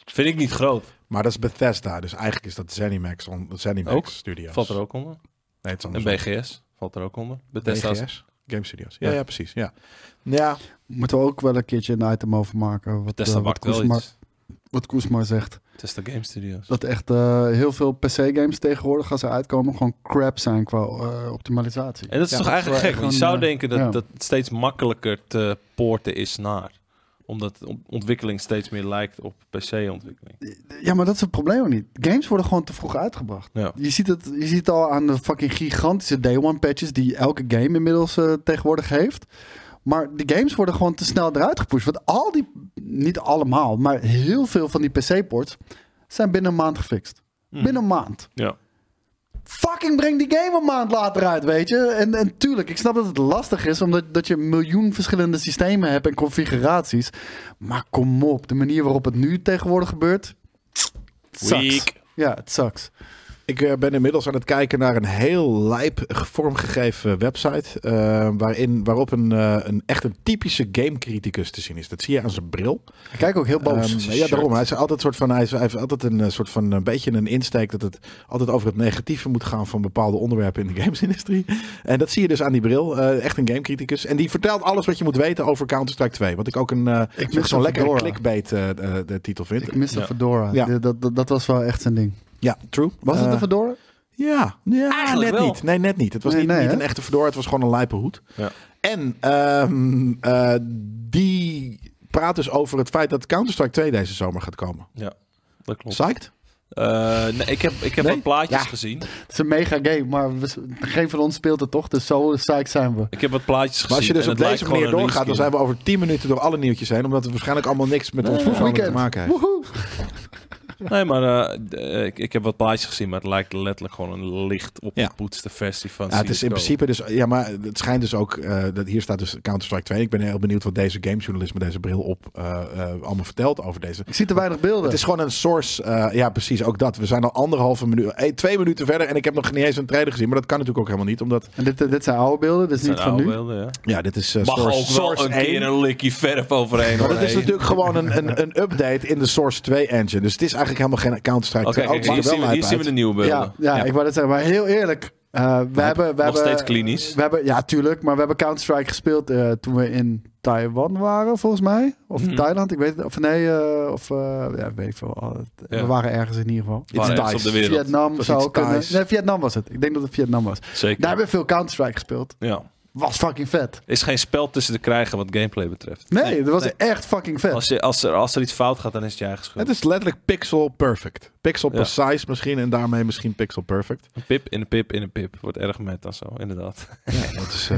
Vind ik niet groot. Maar dat is Bethesda, dus eigenlijk is dat ZeniMax Studios. Valt er ook onder. Nee, het is En anders. BGS valt er ook onder. Bethesda. BGS? Game Studios. Ja, precies. Ja. Moeten we ook wel een keertje een item over maken. Bethesda maakt wel iets. Wat Koesmar zegt. Bethesda Game Studios. Dat echt heel veel PC-games tegenwoordig, als ze uitkomen, gewoon crap zijn qua optimalisatie. En dat is toch eigenlijk gek? Want je zou denken dat het steeds makkelijker te poorten is naar. Omdat ontwikkeling steeds meer lijkt op PC-ontwikkeling. Ja, maar dat is het probleem ook niet. Games worden gewoon te vroeg uitgebracht. Ja. Je ziet het al aan de fucking gigantische Day One patches die elke game inmiddels tegenwoordig heeft. Maar de games worden gewoon te snel eruit gepusht. Want niet allemaal, maar heel veel van die PC-ports zijn binnen een maand gefixt. Binnen een maand. Ja. Fucking breng die game een maand later uit, weet je. En tuurlijk, ik snap dat het lastig is, omdat je een miljoen verschillende systemen hebt en configuraties. Maar kom op, de manier waarop het nu tegenwoordig gebeurt, sucks. Ja, het sucks. Ik ben inmiddels aan het kijken naar een heel lijp vormgegeven website. Waarop een echt een typische gamecriticus te zien is. Dat zie je aan zijn bril. Ik kijk ook heel boos. Ja, daarom. Hij is altijd hij heeft altijd een soort van een beetje een insteek dat het altijd over het negatieve moet gaan van bepaalde onderwerpen in de gamesindustrie. En dat zie je dus aan die bril. Echt een gamecriticus. En die vertelt alles wat je moet weten over Counter-Strike 2. Wat ik ook zo'n lekkere clickbait de titel vind. Ik mis de Fedora. Ja. Dat was wel echt zijn ding. Ja, true. Was het een Fedora? Ja, net wel. niet. Nee, net niet. Het was niet een echte Fedora. Het was gewoon een lijpe hoed. Ja. En die praat dus over het feit dat Counter-Strike 2 deze zomer gaat komen. Ja, dat klopt. Psyched? Nee, ik heb wat plaatjes gezien. Het is een mega game, maar geen van ons speelt het toch? Dus zo psyched zijn we. Ik heb wat plaatjes gezien. Maar als je dus op deze manier doorgaat, dan zijn we over 10 minuten door alle nieuwtjes heen. Omdat het waarschijnlijk allemaal niks met ons persoonlijk te maken heeft. Woehoe. Nee, maar ik heb wat plaatjes gezien, maar het lijkt letterlijk gewoon een licht opgepoetste versie van CSGO. Het is in principe dus, ja, maar het schijnt dus ook, hier staat dus Counter-Strike 2. Ik ben heel benieuwd wat deze gamejournalist met deze bril op allemaal vertelt over deze. Ik zie te weinig beelden. Het is gewoon een source, ja precies, ook dat. We zijn al 1,5 minuut, 2 minuten verder en ik heb nog niet eens een trailer gezien, maar dat kan natuurlijk ook helemaal niet, omdat... En dit zijn oude beelden, dit is niet van nu? Beelden, ja, dit is mag source ook wel een keer een likkie verf overheen. Maar dat is natuurlijk gewoon een update in de Source 2 engine. Dus het is eigenlijk helemaal geen Counter-Strike 2. Hier zien we de nieuwe beelden. Ja, ik wou dat zeggen, maar heel eerlijk. We hebben nog steeds klinisch. Ja, tuurlijk. Maar we hebben Counter-Strike gespeeld toen we in Taiwan waren, volgens mij. Of Thailand, ik weet het. Of nee, ja, weet ik veel. We waren ergens in ieder geval. Op de wereld. Vietnam zou kunnen. Nee, Vietnam was het. Ik denk dat het Vietnam was. Zeker. Daar hebben we veel Counter-Strike gespeeld. Ja. Was fucking vet. Is geen spel tussen te krijgen wat gameplay betreft. Nee, dat was echt fucking vet. Als er iets fout gaat, dan is het je eigen schuld. Het is letterlijk pixel perfect. Pixel precise misschien en daarmee misschien pixel perfect. Een pip in een pip in een pip. Wordt erg meta zo, inderdaad. Ja, dat is...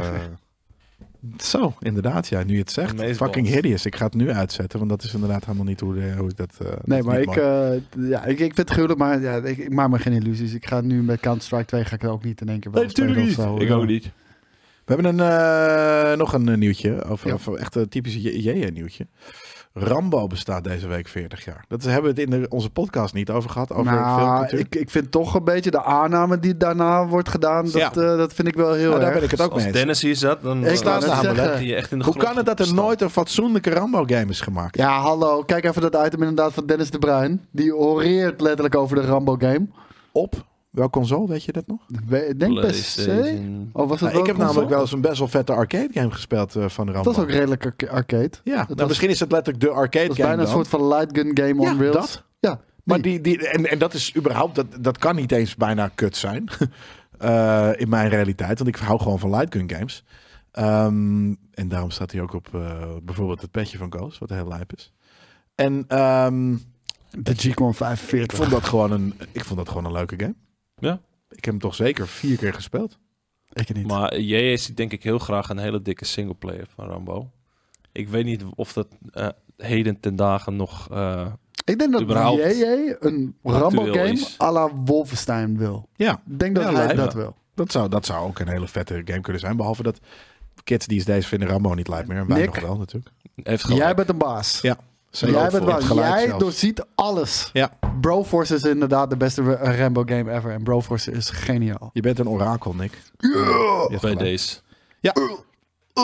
Zo, inderdaad. Ja, nu je het zegt. Fucking hideous. Ik ga het nu uitzetten, want dat is inderdaad helemaal niet hoe ik dat... nee, maar ik vind het gruwelijk, maar ja, ik maak me geen illusies. Ik ga nu met Counter-Strike 2 ga ik er ook niet in één keer wel spelen of zo. Ik ook niet. We hebben nog een nieuwtje, of echt een typisch JJ-nieuwtje. Rambo bestaat deze week 40 jaar. Dat hebben we het in onze podcast niet over gehad. Over filmcultuur. Ik vind toch een beetje de aanname die daarna wordt gedaan. Dat vind ik wel heel erg. Daar ben ik het ook mee eens. Als Dennis hier zat, dan staat je echt in de Hoe kan het dat er nooit een fatsoenlijke Rambo-game is gemaakt? Ja, hallo. Kijk even dat item inderdaad van Dennis de Bruin. Die oreert letterlijk over de Rambo-game. Op? Welke console, weet je dat nog? Ik denk PC. Of was het ik heb namelijk wel eens een best wel vette arcade game gespeeld van Rambo. Dat is ook redelijk arcade. Ja, misschien is het letterlijk de arcade game. Dat is bijna een soort van light gun game on rails. Dat. Ja, maar en dat is überhaupt, dat kan niet eens bijna kut zijn. In mijn realiteit, want ik hou gewoon van light gun games. En daarom staat hij ook op bijvoorbeeld het petje van Ghost, wat heel lijp is. En de G-Con 45. Ik vond dat gewoon een leuke game. Ja. Ik heb hem toch zeker 4 keer gespeeld. Ik niet. Maar jij is denk ik heel graag een hele dikke singleplayer van Rambo. Ik weet niet of dat heden ten dagen nog ik denk dat JJ een Rambo-game à la Wolfenstein wil. Ja. Ik denk dat hij dat wil. Dat zou ook een hele vette game kunnen zijn. Behalve dat kids deze vinden Rambo niet lijp meer. En wij Nick, nog wel natuurlijk. Jij bent een baas. Ja. Jij doorziet alles. Ja. Broforce is inderdaad de beste Rambo game ever. En Broforce is geniaal. Je bent een orakel, Nick. Yeah. Bij deze. Ja.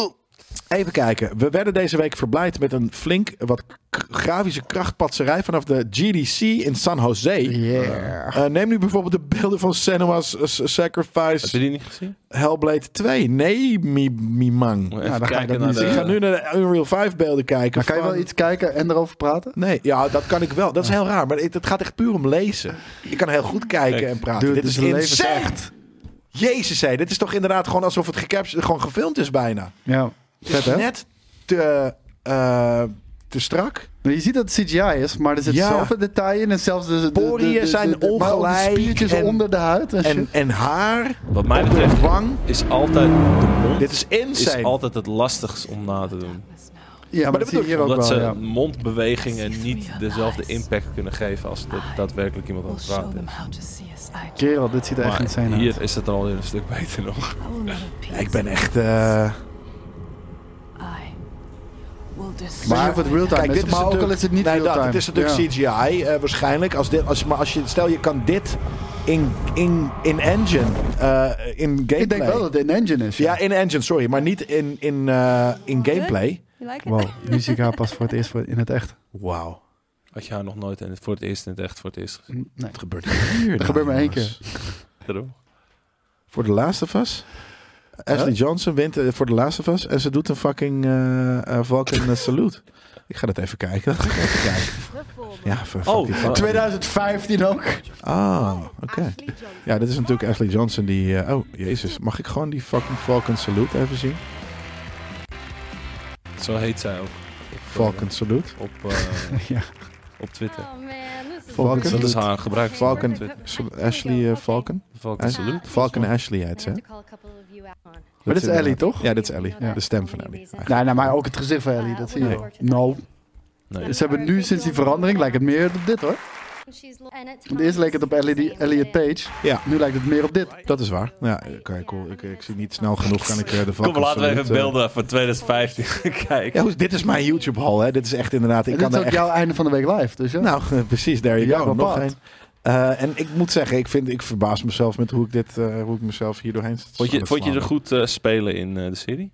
Even kijken. We werden deze week verblijd met een flink wat grafische krachtpatserij vanaf de GDC in San Jose. Yeah. Neem nu bijvoorbeeld de beelden van Senua's Sacrifice. Heb je die niet gezien? Hellblade 2. Nee, Mimang. Even dan ga je kijken dat naar niet de... Ik ga nu naar de Unreal 5 beelden kijken. Maar kan je wel iets kijken en erover praten? Nee, ja, dat kan ik wel. Dat is heel raar. Maar het gaat echt puur om lezen. Ik kan heel goed kijken en praten. Dude, dit is leven insane. echt. Jezus, hé. Dit is toch inderdaad gewoon alsof het gewoon gefilmd is bijna. Ja. Vet, hè? Net te strak. Maar je ziet dat het CGI is, maar er zit zoveel detail in. En zelfs de poriën zijn ongelijk. De spiertjes en, onder de huid. en haar. Wat mij op betreft de wang. is altijd de mond Dit is insane. is altijd het lastigst om na te doen. Ja, maar dat zie je hier ook Omdat wel. ze Ja. mondbewegingen niet dezelfde impact kunnen geven als daadwerkelijk iemand aan het praten is. Kerel, dit ziet er echt Maar insane uit. hier is het alweer een stuk beter nog. Ja, ik ben echt... Ik weet niet of het real-time is, maar ook al is het niet real-time. Het is natuurlijk CGI waarschijnlijk. Stel je kan dit in engine, in gameplay. Ik denk wel dat het in engine is. Ja, in engine, sorry. Maar niet in gameplay. Wow, nu zie ik haar pas voor het eerst in het echt. Wauw. Had je haar nog nooit voor het eerst gezien? Nee. Wat gebeurt hier? Dat gebeurt maar één keer. Daarom. Voor The Last of Us. Ashley Johnson wint voor The Last of Us. En ze doet een fucking Vulcan salute. Ik ga dat even kijken. Ja, Oh, 2015 ook. Oké. Ja, dit is natuurlijk Ashley Johnson die... oh, jezus. Mag ik gewoon die fucking Vulcan salute even zien? Zo heet zij ook. Vulcan salute. Ja. Op Twitter. Vulcan Dat is haar gebruik. Vulcan. Ashley Vulcan. Vulcan salute. Vulcan Ashley heet ze. Maar dit is Ellie, toch? Ja, dit is Ellie. Ja. De stem van Ellie. Nee, maar ook het gezicht van Ellie, dat zie je Nee. wel. Nou, Nee. ze hebben nu sinds die verandering, lijkt het meer op dit hoor. Want eerst leek het op Elliot Page, Ja, nu lijkt het meer op dit. dat is waar. Ja, oké, cool. Ik zie niet snel genoeg. Kan ik de Kom, Vulcan laten we even salute, beelden van 2015 kijken. Ja, dit is mijn YouTube-hal, hè. Dit is echt inderdaad... Ik En kan dit is er ook echt... jouw einde van de week live, dus ja. Nou, precies, there you Ja, go. Nog bepaald. één. En ik moet zeggen, ik verbaas mezelf met hoe ik mezelf hier doorheen Vond je er goed spelen in de serie?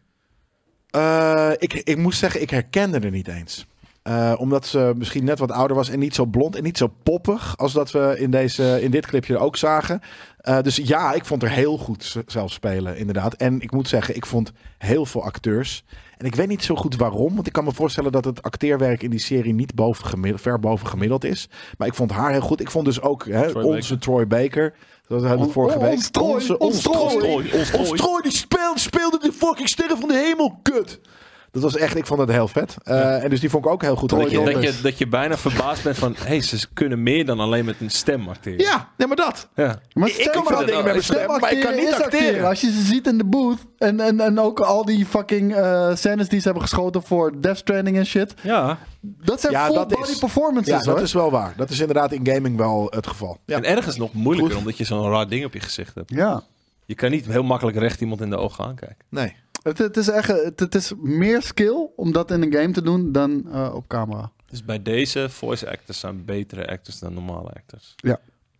Ik moest zeggen, ik herkende er niet eens. Omdat ze misschien net wat ouder was en niet zo blond en niet zo poppig als dat we in dit clipje ook zagen. Dus ja, ik vond er heel goed zelf spelen, inderdaad. En ik moet zeggen, ik vond heel veel acteurs. En ik weet niet zo goed waarom, want ik kan me voorstellen dat het acteerwerk in die serie niet ver boven gemiddeld is. Maar ik vond haar heel goed. Ik vond dus ook onze Troy Baker. Dat hadden we vorige week. Ons Troy, die speelde de fucking sterren van de hemel, kut. Dat was echt, ik vond het heel vet. En dus die vond ik ook heel goed. Dat je bijna verbaasd bent van... Hey, ze kunnen meer dan alleen met een stem acteren. Ja, nee, maar dat. Ja. Maar Ik kan wel dingen met mijn stem, maar ik kan niet acteren. Als je ze ziet in de booth en ook al die fucking scènes die ze hebben geschoten voor Death Stranding en shit. Ja. Dat zijn full body performances, Ja, dat hoor. is wel waar. Dat is inderdaad in gaming wel het geval. Ja. En ergens nog moeilijker, Goed. omdat je zo'n raar ding op je gezicht hebt. Ja. Je kan niet heel makkelijk recht iemand in de ogen aankijken. Nee. Het is meer skill om dat in een game te doen dan op camera. Dus bij deze voice actors zijn betere actors dan normale actors. Ja.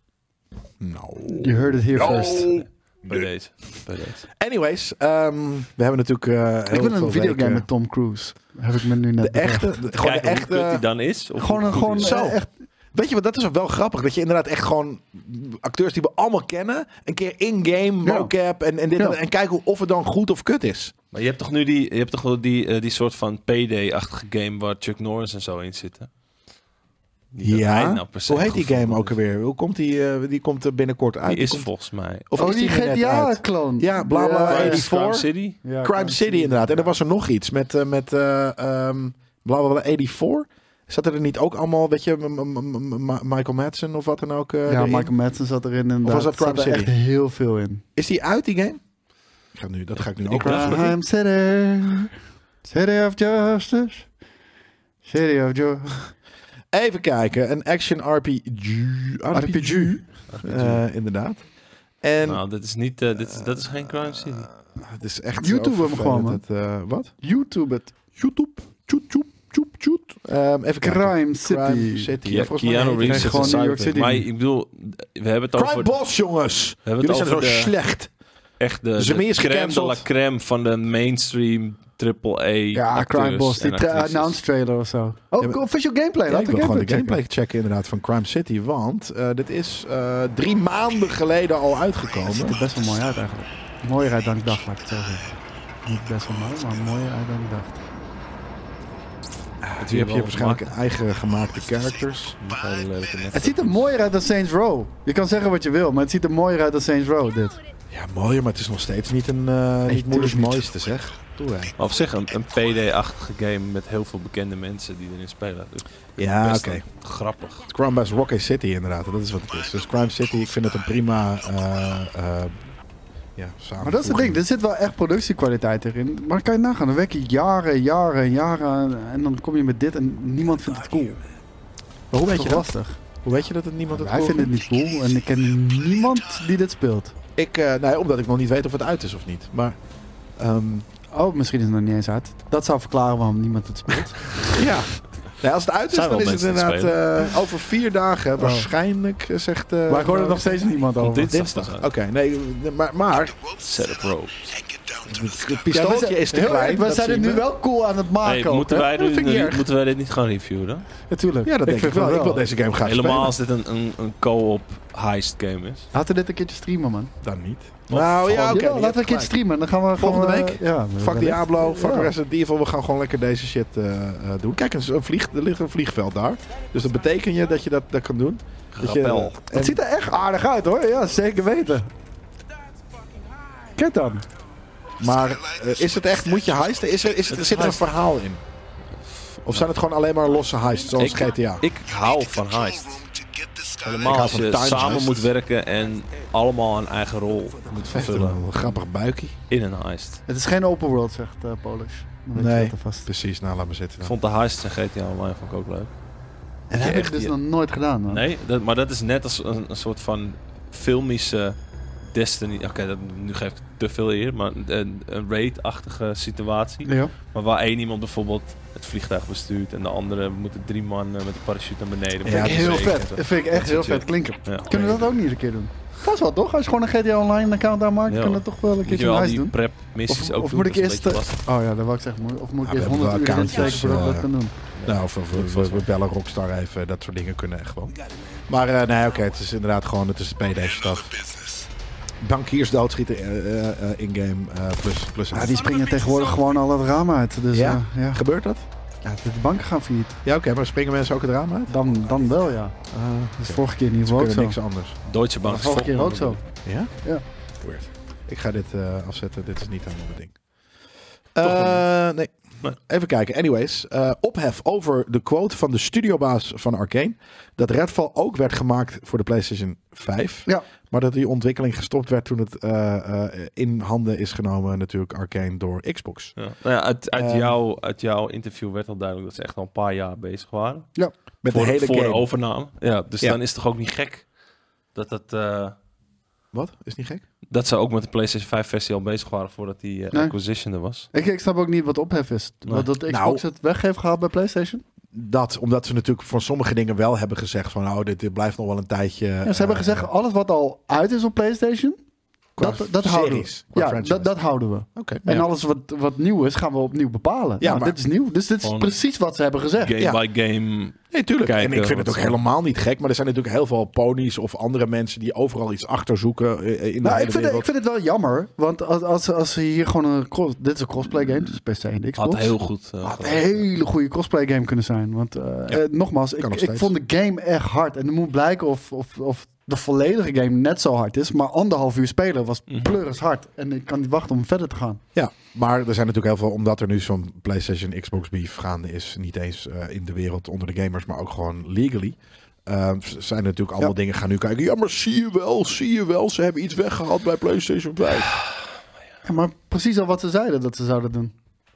Nou. You heard it here first. Bij deze. Anyways, we hebben natuurlijk heel Ik wil veel een videogame weken- met Tom Cruise. Heb ik me nu net De bedacht. echte... Gewoon de Kijken hoe kut die echte... dan is. Of Gewoon hoe goed die is. Zo. echt... Weet je wat, dat is ook wel grappig. Dat je inderdaad echt gewoon acteurs die we allemaal kennen... een keer in-game, mocap en dit Ja. en kijken of het dan goed of kut is. Maar je hebt toch nu die soort van PD-achtige game waar Chuck Norris en zo in zitten? Niet dat hij nou per se Hoe heet die goed game voetbal ook is. alweer? Hoe komt die komt er binnenkort uit? Die is komt, volgens mij. of Oh, is die er net uit? GTA-kloon. Ja, bla bla, Ja, 84. Crime City? Ja, Crime City inderdaad. En er was er nog iets met bla bla bla 84. Zaten er niet ook allemaal, weet je, Michael Madsen of wat dan ook? Ja, erin? Michael Madsen zat erin. En Of was dat Crime zat er City? echt heel veel in. Is die uit, die game? Dat ga ik nu ook dacht- doen. Crime City. City of Justice. City of Joy. Even kijken. Een action RPG. Inderdaad. En Nou, dit is niet, dat is geen Crime City. het is echt YouTube zo hem gewoon, man. vervelend. Wat? YouTube het. YouTube. Even kijken. Crime City. Crime City. Ja, volgens mij Keanu heet die Reeves Nee, is gewoon een New York cyberpunk. City. Maar ik bedoel, we hebben het Crime over Boss, jongens. We hebben Jullie het zijn zo over slecht. echt de Ze meer is crème de la gecanceld. crème van de mainstream triple-A Ja, Crime Boss, die announce trailer of zo. Oh, official gameplay. Ja, ik wil gewoon de gameplay checken inderdaad van Crime City. Want dit is 3 maanden geleden al uitgekomen. Het ziet er best wel mooi uit eigenlijk. Mooier uit dan ik dacht, laat ik het zo zeggen. Niet best wel mooi, maar mooier uit dan ik dacht. Je hebt hier waarschijnlijk eigen gemaakte characters. Het ziet er mooier uit dan Saints Row. Je kan zeggen wat je wil, maar het ziet er mooier uit dan Saints Row, dit. Ja, mooier, maar het is nog steeds niet een niet moeilijk mooiste, zeg. Maar op zich een PD-achtige game met heel veel bekende mensen die erin spelen. Dus ja, oké. Grappig. Crime Boss Rocket City inderdaad, dat is wat het is. Dus Crime City, ik vind het een prima maar dat is het ding, er zit wel echt productiekwaliteit erin. Maar dan kan je nagaan, dan werk je jaren en dan kom je met dit en niemand vindt het cool. Maar hoe weet je dat? Lastig. Hoe weet je dat het niemand het cool vindt? Wij vinden het niet cool en ik ken niemand die dit speelt. Nee, omdat ik nog niet weet of het uit is of niet. Maar... misschien is het nog niet eens uit. Dat zou verklaren waarom niemand het speelt. Ja. Nee, als het uit is, dan is het inderdaad over 4 dagen. Waarschijnlijk, zegt... maar ik hoor er nog steeds niemand over. Dinsdag. Oké, nee, maar... Set up ropes. Het pistooltje is te klein. We zijn het nu wel cool aan het maken. Moeten wij dit niet gaan reviewen? Natuurlijk. Ja, dat denk ik wel. Ik wil deze game graag spelen. Helemaal als dit een co-op heist game is. Laten we dit een keertje streamen, man. Dan niet. Nou ja, oké. Laten we een keertje streamen. Dan gaan we volgende week. Ja, fuck Diablo, fuck Resident Evil. We gaan gewoon lekker deze shit doen. Kijk, er ligt een vliegveld daar. Dus dat betekent dat je dat kan doen. Het ziet er echt aardig uit, hoor. Ja, zeker weten. Kijk dan. Maar is het echt, moet je heisten? Zit er een verhaal in? Of zijn het gewoon alleen maar losse heists, zoals GTA? Ik hou van heist. Helemaal als je samen moet werken en allemaal een eigen rol moet vervullen. Een grappig buikje. In een heist. Het is geen open world, zegt Polish. Nee, precies. Nou, laat me zitten. Ik vond de heist en GTA Online vond ik ook leuk. En dat heb ik dus nog nooit gedaan, man. Nee, maar dat is net als een soort van filmische Destiny. Oké, nu geef ik te veel eer, maar een raid-achtige situatie. Ja. Maar waar één iemand bijvoorbeeld het vliegtuig bestuurt en de andere moeten 3 man met een parachute naar beneden. Ja, heel vet. Dat vind ik echt heel vet klinken. Ja. Kunnen we dat ook niet een keer doen? Vast wel, toch? Als je gewoon een GTA Online account aanmaakt, kunnen we toch wel een keertje een doen. Prep missies ook of doen. Moet ik eerst... dat wou ik zeggen. Of moet ik eerst 100 uur insteken voordat we dat kan doen? Nou, of we bellen Rockstar even. Dat soort dingen kunnen echt wel. Maar nee, oké. Het is inderdaad gewoon, het is PD-staf. Bankiers doodschieten in-game plus. Ja, die springen tegenwoordig gewoon al het raam uit. Dus, ja? Gebeurt dat? Ja, de banken gaan failliet. Ja, oké, maar springen mensen ook het raam uit? Dan wel, ja. Dat is vorige keer in ieder geval ook zo. niks anders. Deutsche Bank. Vorige keer ook zo. Ja? Ja. Weird. Ik ga dit afzetten. Dit is niet helemaal mijn ding. Nee. Even kijken. Anyways. Ophef over de quote van de studiobaas van Arcane. Dat Redfall ook werd gemaakt voor de PlayStation 5. Ja. Maar dat die ontwikkeling gestopt werd toen het in handen is genomen natuurlijk Arcane door Xbox. Ja. Nou ja, uit jouw interview werd al duidelijk dat ze echt al een paar jaar bezig waren. Ja. Met de hele game. Voor overname. Ja, dus dan is het toch ook niet gek dat dat... Wat? Is niet gek? Dat ze ook met de PlayStation 5 versie al bezig waren voordat die acquisition er was. Ik snap ook niet wat ophef is. Nee. Dat Xbox het weg heeft gehaald bij PlayStation? Omdat ze natuurlijk voor sommige dingen wel hebben gezegd van dit blijft nog wel een tijdje. Ja, ze hebben gezegd alles wat al uit is op PlayStation, dat houden we. Ja, dat houden we. Okay, en alles wat nieuw is, gaan we opnieuw bepalen. Ja, maar dit is nieuw. Dus dit is precies wat ze hebben gezegd. Game by game. Nee, tuurlijk. En ik vind het ook helemaal niet gek. Maar er zijn natuurlijk heel veel ponies of andere mensen die overal iets achter zoeken in de hele wereld. Ik vind het wel jammer. Want als ze hier gewoon dit is een crossplay game, dus PC en Xbox. Had heel goed. Had een hele goede crossplay game kunnen zijn. Want nogmaals, ik vond de game echt hard. En er moet blijken of de volledige game net zo hard is. Maar 1,5 uur spelen was pleuris hard. En ik kan niet wachten om verder te gaan. Ja, maar er zijn natuurlijk heel veel... Omdat er nu zo'n PlayStation Xbox beef gaande is. Niet eens in de wereld onder de gamers, maar ook gewoon legally. Zijn er natuurlijk allemaal dingen gaan nu kijken. Ja, maar zie je wel. Ze hebben iets weggehaald bij PlayStation 5. Ja, maar precies al wat ze zeiden dat ze zouden doen.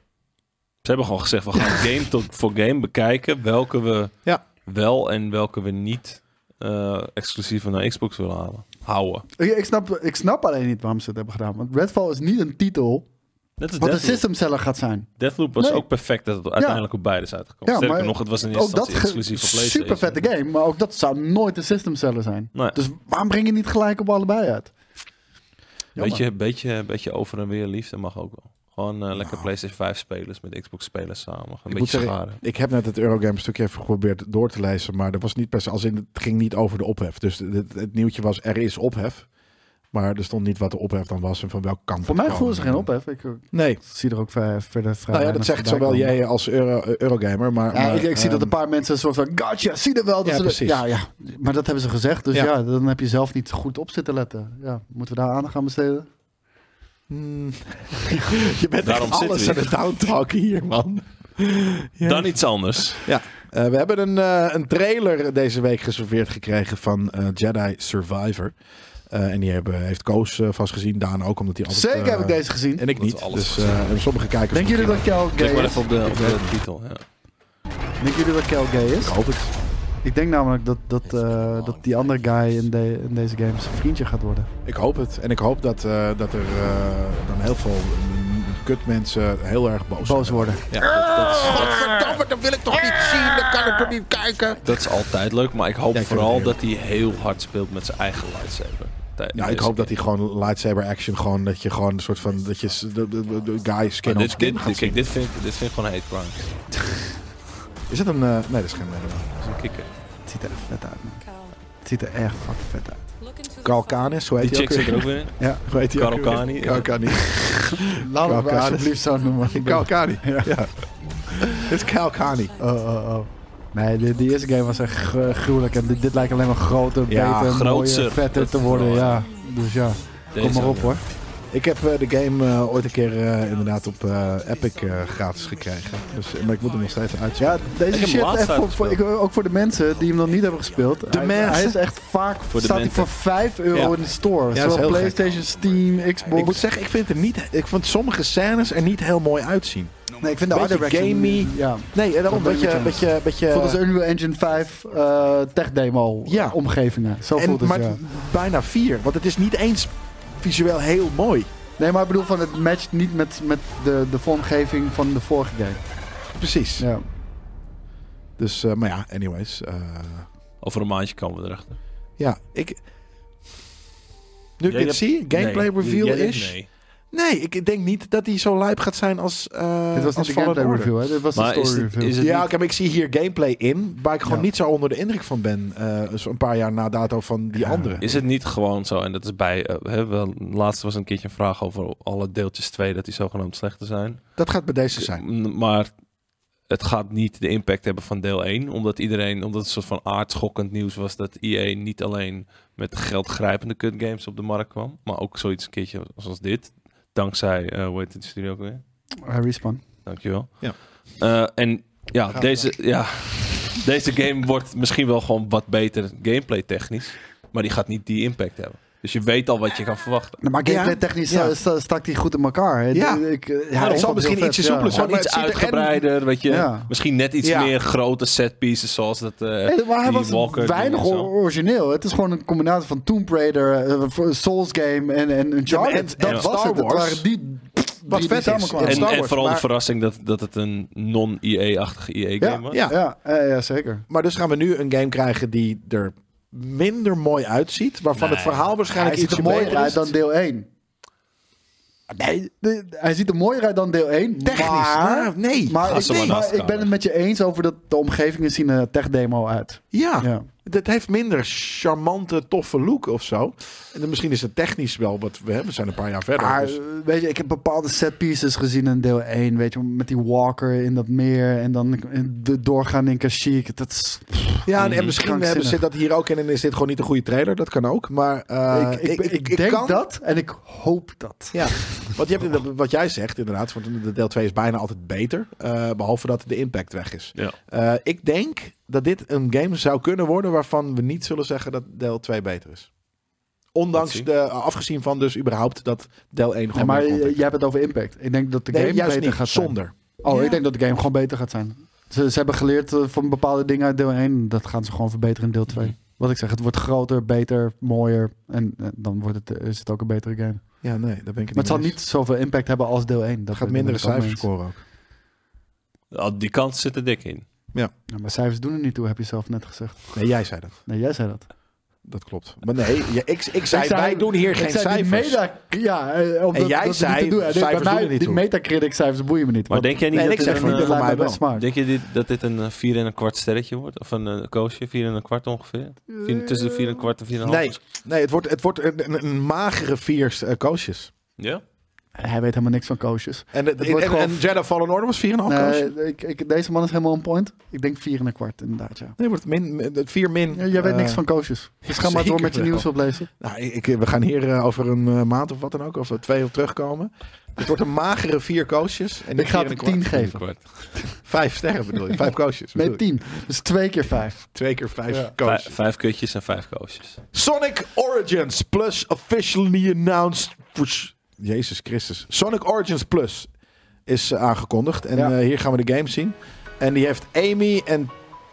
Ze hebben gewoon gezegd, we gaan game voor game bekijken. Welke we wel en welke we niet... exclusief naar Xbox willen houden. Ik snap alleen niet waarom ze het hebben gedaan. Want Redfall is niet een titel wat een system seller gaat zijn. Deathloop was ook perfect dat het uiteindelijk op beide is uitgekomen. Sterker nog, het was in eerste instantie exclusief op PlayStation. Super vette game, maar ook dat zou nooit een system seller zijn. Nee. Dus waarom breng je niet gelijk op allebei uit? Beetje over en weer liefde mag ook wel. Gewoon lekker PlayStation 5 spelers met Xbox spelers samen. Een moet beetje zeggen, scharen. ik heb net het Eurogame stukje even geprobeerd door te lezen, maar dat was niet per se, het ging niet over de ophef. Dus het nieuwtje was, er is ophef. Maar er stond niet wat de ophef dan was en van welke kant. Voor mij voelde ze geen ophef. Ik zie er ook verder vrij. Nou ja, dat zegt zowel jij als Eurogamer. Maar ik zie dat een paar mensen een soort van gotcha, zie er wel. Dat precies. Ja, maar dat hebben ze gezegd. Dus dan heb je zelf niet goed op zitten letten. Ja, moeten we daar aandacht aan besteden? Je bent Daarom alles aan zitten het downtalken hier, man. Ja. Dan iets anders. Ja, we hebben een trailer deze week geserveerd gekregen van Jedi Survivor. En die heeft Koos vast gezien. Daan ook, omdat hij altijd... Zeker heb ik deze gezien. En ik niet. Dus sommige kijkers... Denken jullie dat Cal gay Klik maar is? even op de titel. Ja. Denken jullie dat Cal gay is? Ik hoop het. Ik denk namelijk dat die andere guy in deze game zijn vriendje gaat worden. Ik hoop het. En ik hoop dat er dan heel veel kutmensen heel erg boos worden. Ja, dat is... Godverdomme, dat wil ik toch niet zien. Dan kan ik toch niet kijken. Dat is altijd leuk, maar ik hoop Ja, ik vind vooral het dat hij heel hard speelt met zijn eigen lightsaber. Ja, ik hoop dat hij gewoon lightsaber action, gewoon dat je gewoon een soort van, dat je de guy skin on skin gaat zien. Kijk, dit vind ik gewoon hate crime. Is dat een... nee, dat is geen... Dat is een kikker. Het ziet er echt vet uit, man. Het ziet er echt fucking vet uit. Carl Canis, hoe heet Die hij chick zit er ook weer in. Ja. Hoe heet hij Carl ook weer? Kani. Carl Kani. Laten we Carl alsjeblieft zo noemen. Carl Kani. Ja. Ja. Dit is Carl Kani. Oh. Nee, die eerste game was echt gruwelijk. En dit lijkt alleen maar groter, Ja, beter, grootser. mooier, vetter te Dat worden. vooral, Ja. Dus ja, Deze kom maar op ook, hoor. Ik heb de game ooit een keer inderdaad op Epic gratis gekregen. Dus, maar ik moet hem nog steeds uitzoeken. Ja, Ik deze heb shit, hem laatst echt uitgespeeld. ook voor de mensen die hem nog niet hebben gespeeld. Hij is echt vaak, de staat hij mensen. voor €5 Ja. in de store. Ja, dat is Zowel heel PlayStation, Steam, Xbox. Ik moet zeggen, ik vind sommige scènes er niet heel mooi uitzien. Nee, ik vind de art beetje direction... gamey. Ja. Nee, daarom Dat ben ik met je beetje... Ik vond het een Unreal Engine 5 tech demo omgevingen. Zo voelt het, maar ja. bijna 4, want het is niet eens visueel heel mooi. Nee, maar ik bedoel, van het matcht niet met de vormgeving van de vorige game. Precies. Ja. Dus, maar ja, anyways. Over een maandje komen we erachter. Ja, nu ik Jij dit zie, gameplay nee, reveal jij denkt is... nee. Nee, ik denk niet dat hij zo lijp gaat zijn als Dit was als niet de Fallen gameplay Order. review, hè? Dit was Maar de story review. is het Ja, niet- ik zie hier gameplay in, waar ik gewoon Ja. niet zo onder de indruk van ben. Dus een paar jaar na dato van die andere. Is het niet gewoon zo, en dat is bij... laatst was een keertje een vraag over alle deeltjes 2, dat die zogenaamd slechter zijn. Dat gaat bij deze zijn. Maar het gaat niet de impact hebben van deel 1. Omdat het een soort van aardschokkend nieuws was dat EA niet alleen met geldgrijpende kutgames op de markt kwam. Maar ook zoiets een keertje zoals dit. Dankzij, hoe heet het studio ook weer? Respawn. Dankjewel. Ja. En ja, deze game wordt misschien wel gewoon wat beter gameplay technisch. Maar die gaat niet die impact hebben. Dus je weet al wat je kan verwachten. Nou, maar gameplay technisch stak die goed in elkaar. Hè? Ja. Het zal misschien ietsje soepeler zijn. Gewoon iets uitgebreider, weet je. Ja. Misschien net iets meer grote set pieces zoals dat Nee, maar hij die was Walker weinig ding en zo. origineel. Het is gewoon een combinatie van Tomb Raider, Souls game en Uncharted. Ja, Dat Star was het. Het Wars. waren die Wat vet is. samenkwamen. En Star En Wars, vooral maar- de verrassing dat het een non-EA-achtige EA-game was. Ja. Ja, zeker. Maar dus gaan we nu een game krijgen die er minder mooi uitziet. Waarvan Nee. het verhaal waarschijnlijk Hij ziet iets er mooier beter uit is. dan deel 1. Nee, hij ziet er mooier uit dan deel 1. Technisch. Maar, nee. maar, Ga ze maar naast ik ben elkaar. het met je eens over dat de omgevingen zien er tech demo uit. Ja. Ja. Het heeft minder charmante, toffe look of zo. En misschien is het technisch wel wat we hebben. We zijn een paar jaar verder. Maar dus- weet je, ik heb bepaalde set pieces gezien in deel 1. Weet je, met die walker in dat meer. En dan de doorgaan in Kashyyyk. Dat is... Ja, en misschien krankzinnig. zit dat hier ook in en is dit gewoon niet een goede trailer. Dat kan ook. Maar ik denk dat en ik hoop dat. Ja, want je hebt wat jij zegt inderdaad. Want de deel 2 is bijna altijd beter. Behalve dat de impact weg is. Ja. Ik denk dat dit een game zou kunnen worden waarvan we niet zullen zeggen dat deel 2 beter is. Ondanks afgezien van dus überhaupt dat deel 1 Ja, gewoon maar meer content. jij hebt het over impact. Ik denk dat de Nee, game juist beter niet, gaat zijn. zonder. Oh, Ja. ik denk dat de game gewoon beter gaat zijn. Ze hebben geleerd van bepaalde dingen uit deel 1. Dat gaan ze gewoon verbeteren in deel 2. Wat ik zeg, het wordt groter, beter, mooier. En dan is het ook een betere game. Ja, nee, daar ben ik het Maar het zal mee eens. niet zoveel impact hebben als deel 1. Het gaat mindere cijfers scoren ook. Die kans zit er dik in. Ja, maar cijfers doen er niet toe, heb je zelf net gezegd. Nee, jij zei dat. Nee, jij zei dat. Dat klopt. Maar nee, ik zei, wij doen hier geen cijfers. En jij zei, cijfers doen er niet die toe. Metacritic cijfers boeien me niet. Maar denk jij niet ik zeg niet voor mij wel. Denk je dat dit een 4,25 sterretje wordt? Of een koosje? 4,25 ongeveer? Tussen de 4,25 en 4,5? Nee, het wordt een magere 4 koosjes. Ja? Hij weet helemaal niks van koosjes. En Jedi Fallen Order was 4,5 koosjes? Deze man is helemaal on point. Ik denk 4,25 inderdaad, ja. Nee, wordt 4 min. Ja, jij weet niks van koosjes. Dus ga maar door met je nieuws oplezen. Nou, we gaan hier over een maand of wat dan ook, of 2 op terugkomen. Het wordt een magere 4 koosjes. En ik ga het 10 geven. 5 sterren bedoel je? 5 koosjes? Nee, 10. Dus 2 keer 5. 2 keer 5 koosjes. 5 kutjes en 5 koosjes. Sonic Origins Plus officially announced... Jezus Christus. Sonic Origins Plus is aangekondigd. En hier gaan we de game zien. En die heeft Amy en...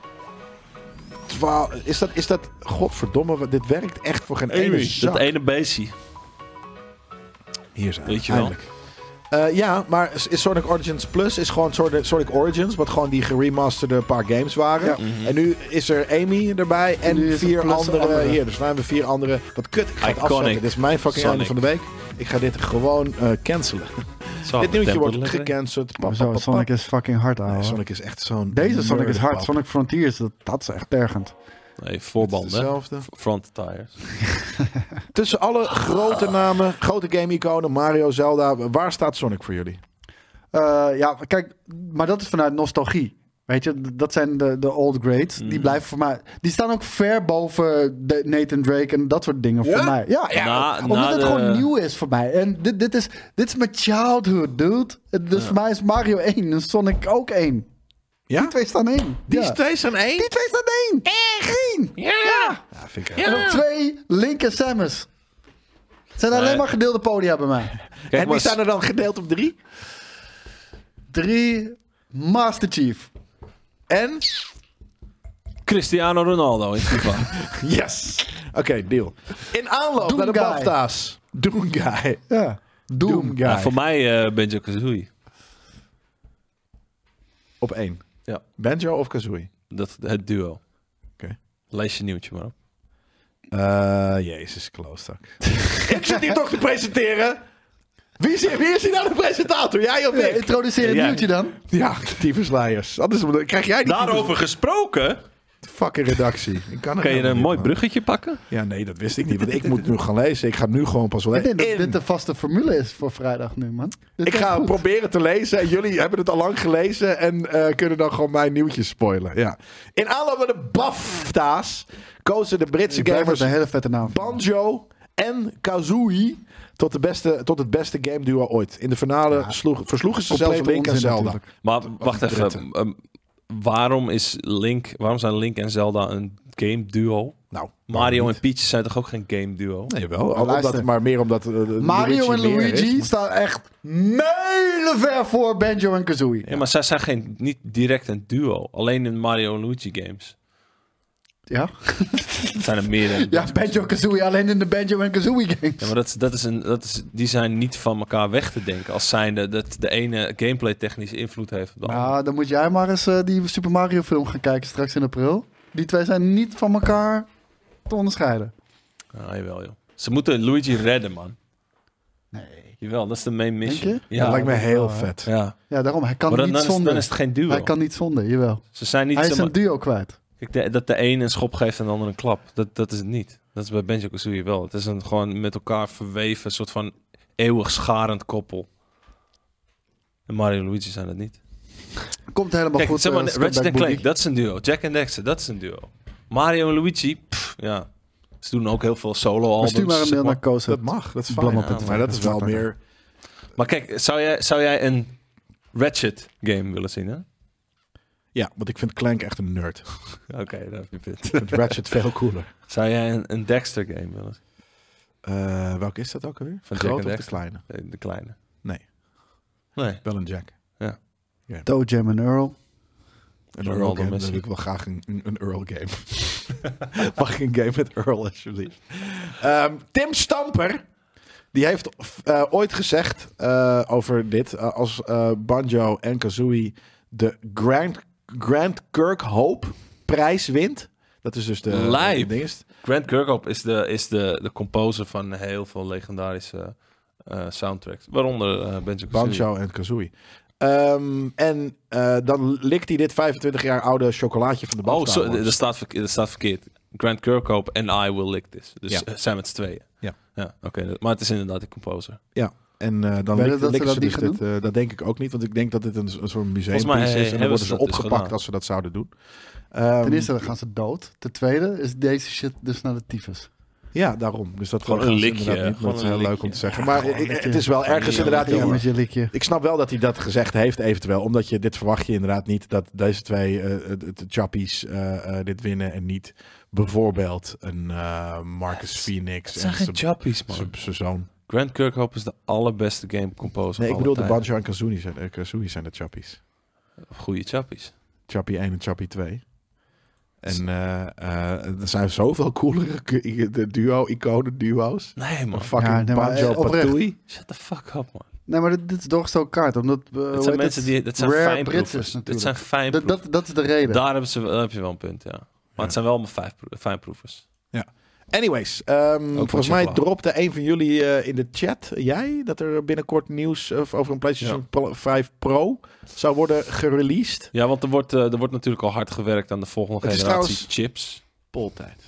Is dat... Godverdomme, dit werkt echt voor geen ene zak. Dat ene beestje. Hier zijn we. Weet je wel. Ja, maar is Sonic Origins Plus is gewoon Sonic Origins, wat gewoon die geremasterde paar games waren. Ja. Mm-hmm. En nu is er Amy erbij en 4 andere hier. Dus we hebben 4 andere. Wat kut, ik ga het afzetten. Dit is mijn fucking einde van de week. Ik ga dit gewoon cancelen. Dit nieuwtje wordt gecanceld. Sonic is fucking hard, ouwe. Sonic is echt zo'n... Deze Sonic is hard. Sonic Frontiers, dat is echt tergend. Nee, voorbanden. Front tires. Tussen alle grote namen, grote game-iconen, Mario, Zelda, waar staat Sonic voor jullie? Kijk, maar dat is vanuit nostalgie. Weet je, dat zijn de old greats. Die blijven voor mij... Die staan ook ver boven de Nathan Drake en dat soort dingen voor mij. Ja, omdat het gewoon nieuw is voor mij. En dit is mijn childhood, dude. Dus voor mij is Mario 1 en Sonic ook 1. Ja? Die 2 staan 1. Die 2 staan 1? Die 2 staan 1. Echt? 1. Ja. Vind ik en op 2 Link en Samus. Het zijn alleen maar gedeelde podia bij mij. Kijk, en wie staan er dan gedeeld op 3? 3 Master Chief. En? Cristiano Ronaldo in FIFA. Yes. Oké, deal. In aanloop naar de BAFTA's. Doom Guy. Ja. Doom Guy. Ja, voor mij Banjo-Kazooie. Op 1. Ja. Banjo of Kazooie? Het duo. Oké. Lees je nieuwtje maar op. Jezus, klootzak. Ik zit hier toch te presenteren. Wie is hier nou de presentator? Jij of ik? Introduceer een nieuwtje dan. Ja, tyfusleiers. Dan krijg jij die daarover gesproken. Fucking redactie. Kan je een mooi bruggetje pakken? Ja, nee, dat wist ik niet. Want ik moet nu gaan lezen. Ik ga nu gewoon pas wel lezen. Ik denk dat dit de vaste formule is voor vrijdag nu, man. Ik ga proberen te lezen. En jullie hebben het al lang gelezen. En kunnen dan gewoon mijn nieuwtjes spoilen. Ja. In aanloop naar de BAFTA's kozen de Britse gamers een hele vette naam. Banjo en Kazooie tot het beste game duo ooit. In de finale versloegen ze zelfs Link en Zelda. Natuurlijk. Maar wacht even. Waarom zijn Link en Zelda een game duo? Nou, Mario en Peach zijn toch ook geen game duo? Nee, wel. Maar meer omdat... Mario en Luigi staan echt mijlenver voor Banjo en Kazooie. Ja, maar zij zijn niet direct een duo. Alleen in Mario en Luigi games. Ja? Zijn er meer dan... Ja, Banjo-Kazooie alleen in de Banjo en Kazooie games. Ja, maar die zijn niet van elkaar weg te denken. Als zijnde dat de ene gameplay technische invloed heeft op de andere. Nou, dan moet jij maar eens die Super Mario film gaan kijken straks in april. Die 2 zijn niet van elkaar te onderscheiden. Ah, jawel, joh. Ze moeten Luigi redden, man. Nee. Jawel, dat is de main mission. Denk je? Ja, dat lijkt me heel vet. Ja, daarom. Hij kan niet zonder. Dan is het geen duo. Hij kan niet zonder, jawel. Ze zijn niet hij is een duo kwijt. Kijk, dat de een schop geeft en de ander een klap. Dat is het niet. Dat is bij Banjo-Kazooie wel. Het is een gewoon met elkaar verweven soort van eeuwig scharend koppel. En Mario en Luigi zijn dat niet. Komt helemaal goed. Zeg maar, Ratchet en Clank, dat is een duo. Jack and Dexter, dat is een duo. Mario en Luigi, ja. Ze doen ook heel veel solo-albums. Stuur maar een mail naar Koos. Dat mag, dat is fijn. Maar dat is wel meer... Maar kijk, zou jij een Ratchet game willen zien, hè? Ja, want ik vind Clank echt een nerd. Oké, dat heb je punt. Met Ratchet veel cooler. Zou jij een Dexter game willen zien? Welke is dat ook alweer? Van Grote Jack of en de kleine? De kleine. Nee. Wel een Jack. Ja. Yeah. Toe Jam en Earl. Een Earl game, dan wil ik wel graag een Earl game. Mag ik een game met Earl, alsjeblieft. Tim Stamper, die heeft ooit gezegd over dit. Als Banjo en Kazooie de Grand Kirk Hope prijs wint, Dat is dus de Lijp. dingest. Grant Kirkhope is de composer van heel veel legendarische soundtracks. Waaronder Banjo en Kazooie. Dan likt hij dit 25 jaar oude chocolaatje van de bal. Dat staat verkeerd. Grant Kirkhope en I Will Lick This. Dus zijn met z'n tweeën. Ja, oké. Maar het is inderdaad de composer. Ja. En dan likken ze dus dit. Dat denk ik ook niet, want ik denk dat dit een soort museumpiece is. En dan worden ze opgepakt als ze dat zouden doen. Ten eerste dan gaan ze dood. Ten tweede is deze shit dus naar de tyfus. Ja, daarom. Dus dat gewoon een likje. Niet, dat is heel leuk om te zeggen. Maar het is wel ergens inderdaad... met je likje. Ik snap wel dat hij dat gezegd heeft eventueel. Omdat dit verwacht je inderdaad niet. Dat deze twee de chappies dit winnen. En niet bijvoorbeeld een Marcus Phoenix. Het zijn geen chappies, man. Zijn zoon. Grant Kirkhope is de allerbeste game composer. Nee, ik bedoel de Banjo en Kazooie zijn de chappies. Goeie chappies. Chappie 1 en Chappie 2. En er zijn zoveel coolere iconen duo's. Nee, man. Fucking Banjo Patooie. Shut the fuck up, man. Nee, maar dit is doorgestoken kaart. Omdat, het zijn mensen die... Het zijn fijnproevers. Dit zijn fijnproevers. Dat is de reden. Daar heb je wel een punt, ja. Maar het zijn wel allemaal fijnproevers. Ja. Anyways, volgens mij dropte een van jullie in de chat, jij, dat er binnenkort nieuws over een PlayStation 5 Pro zou worden gereleased. Ja, want er wordt natuurlijk al hard gewerkt aan de volgende generatie chips. Poltijd.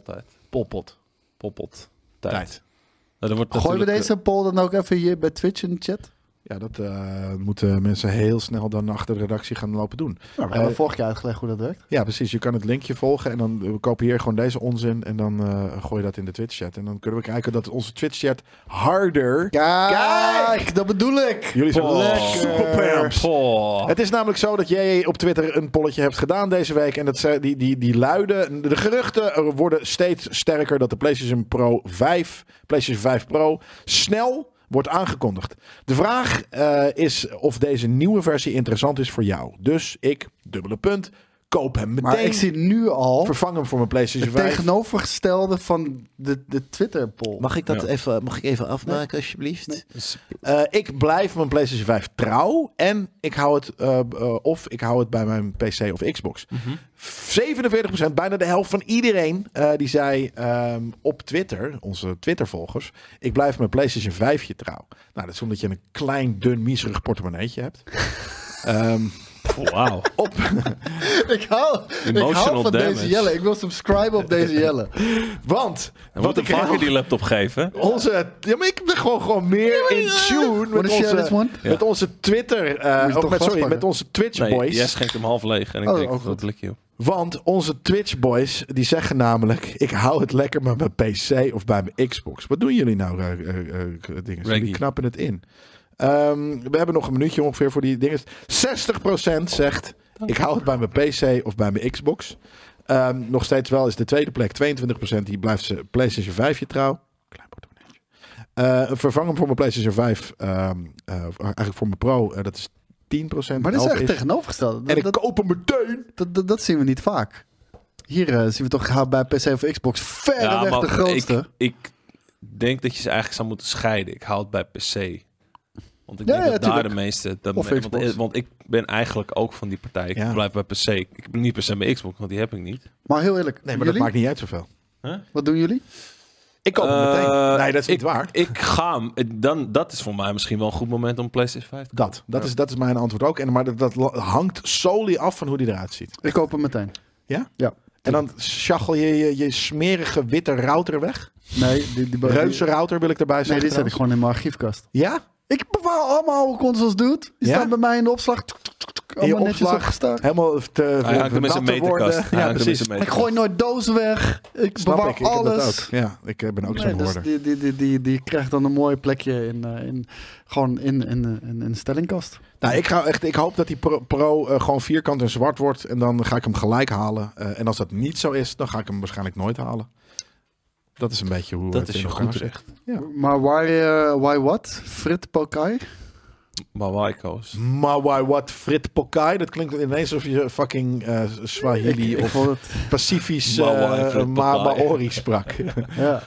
Polpot. Tijd. Nou, gooien we deze poll dan ook even hier bij Twitch in de chat? Ja, dat moeten mensen heel snel dan achter de redactie gaan lopen doen. Nou, we hebben vorig jaar uitgelegd hoe dat werkt. Ja, precies. Je kan het linkje volgen en dan kopieer gewoon deze onzin en dan gooi je dat in de Twitch-chat. En dan kunnen we kijken dat onze Twitch-chat harder... Kijk, dat bedoel ik! Jullie zijn lekker superpamps. Het is namelijk zo dat jij op Twitter een polletje hebt gedaan deze week. En dat die luiden... De geruchten worden steeds sterker dat de PlayStation 5 Pro snel wordt aangekondigd. De vraag is of deze nieuwe versie interessant is voor jou. Dus koop hem meteen. Maar ik zie nu al... Vervang hem voor mijn PlayStation 5. Het tegenovergestelde van de Twitter-poll. Mag ik even afmaken, alsjeblieft? Nee. Ik blijf mijn PlayStation 5 trouw. En ik hou het bij mijn PC of Xbox. 47%, bijna de helft van iedereen die zei op Twitter, onze Twitter-volgers, ik blijf mijn PlayStation 5 trouw. Nou, dat is omdat je een klein, dun, miserig portemonneetje hebt. Wauw. Ik hou van damage. deze Jelle. Ik wil subscriben op deze Jelle. Want wat ik vaker die laptop geven. Maar ik ben gewoon meer in tune met onze Twitter. Met onze Twitch boys. Jij schenkt hem half leeg en ik denk dat blikje op. Want onze Twitch boys die zeggen namelijk, ik hou het lekker met mijn PC of bij mijn Xbox. Wat doen jullie nou dingen? Jullie knappen het in. We hebben nog een minuutje ongeveer voor die dingen. 60% zegt, ik hou het bij mijn PC of bij mijn Xbox. Nog steeds wel is de tweede plek. 22% die blijft ze PlayStation 5 trouw. Klein portemonneetje. Vervang hem voor mijn PlayStation 5. Eigenlijk voor mijn Pro. Dat is 10%. Maar dat is echt tegenovergesteld. En ik koop hem meteen. Dat zien we niet vaak. Hier zien we toch bij PC of Xbox verreweg de grootste. Ik denk dat je ze eigenlijk zou moeten scheiden. Ik hou het bij PC. Want ik denk dat daar de meeste... Want ik ben eigenlijk ook van die partij. Ik blijf bij PC. Ik ben niet per se bij Xbox, want die heb ik niet. Maar heel eerlijk. Nee, maar dat maakt niet uit zoveel. Wat doen jullie? Ik koop hem meteen. Nee, dat is niet waar. Ik ga dat is voor mij misschien wel een goed moment om PlayStation 5 te kopen. Dat is mijn antwoord ook. Maar dat hangt solely af van hoe die eruit ziet. Ik koop hem meteen. Ja? Ja. En dan schachel je smerige witte router weg? Nee. Die reuze router wil ik erbij zeggen. Nee, die zet ik gewoon in mijn archiefkast. Ja? Ik bewaar allemaal oude consoles, dude. Die staan bij mij in de opslag. Allemaal netjes opgestart. Helemaal te worden. Ja, precies. Ik gooi nooit dozen weg. Ik bewaar alles. Ik heb dat ook. Ja, ik ben ook zo'n hoorder. Dus die krijgt dan een mooi plekje in een stellingkast. Nou, ik hoop dat die Pro gewoon vierkant en zwart wordt. En dan ga ik hem gelijk halen. En als dat niet zo is, dan ga ik hem waarschijnlijk nooit halen. Dat is een beetje hoe dat het is in goed zit. echt. Ja. Maar why what? Frit Pokai? Maar why koos? Maar why what? Frit Pokai? Dat klinkt ineens alsof je fucking Swahili of Pacifisch Maori sprak. Ja.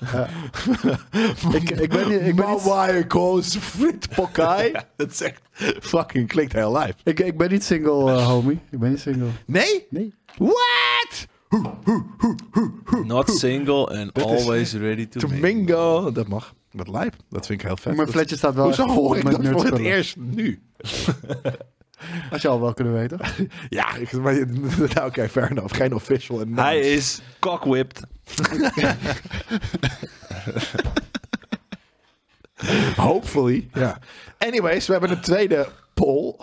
ik ben niet... Maar why koos Frit Pokai? Dat is echt fucking klinkt heel lijp. Ik ben niet single, homie. Ik ben niet single. Nee? Nee. What? Not single and always ready to mingle. mingle. Dat mag. Dat lijp. Dat vind ik heel vet. Mijn fletje staat wel Hoezo echt vol hoor ik met dat voor het nerdspullen. eerst nu? Als je al wel kunnen weten. Ja, nou, oké, fair enough. Geen official. Hij is cockwhipped. Hopefully. Ja. Anyways, we hebben een tweede poll.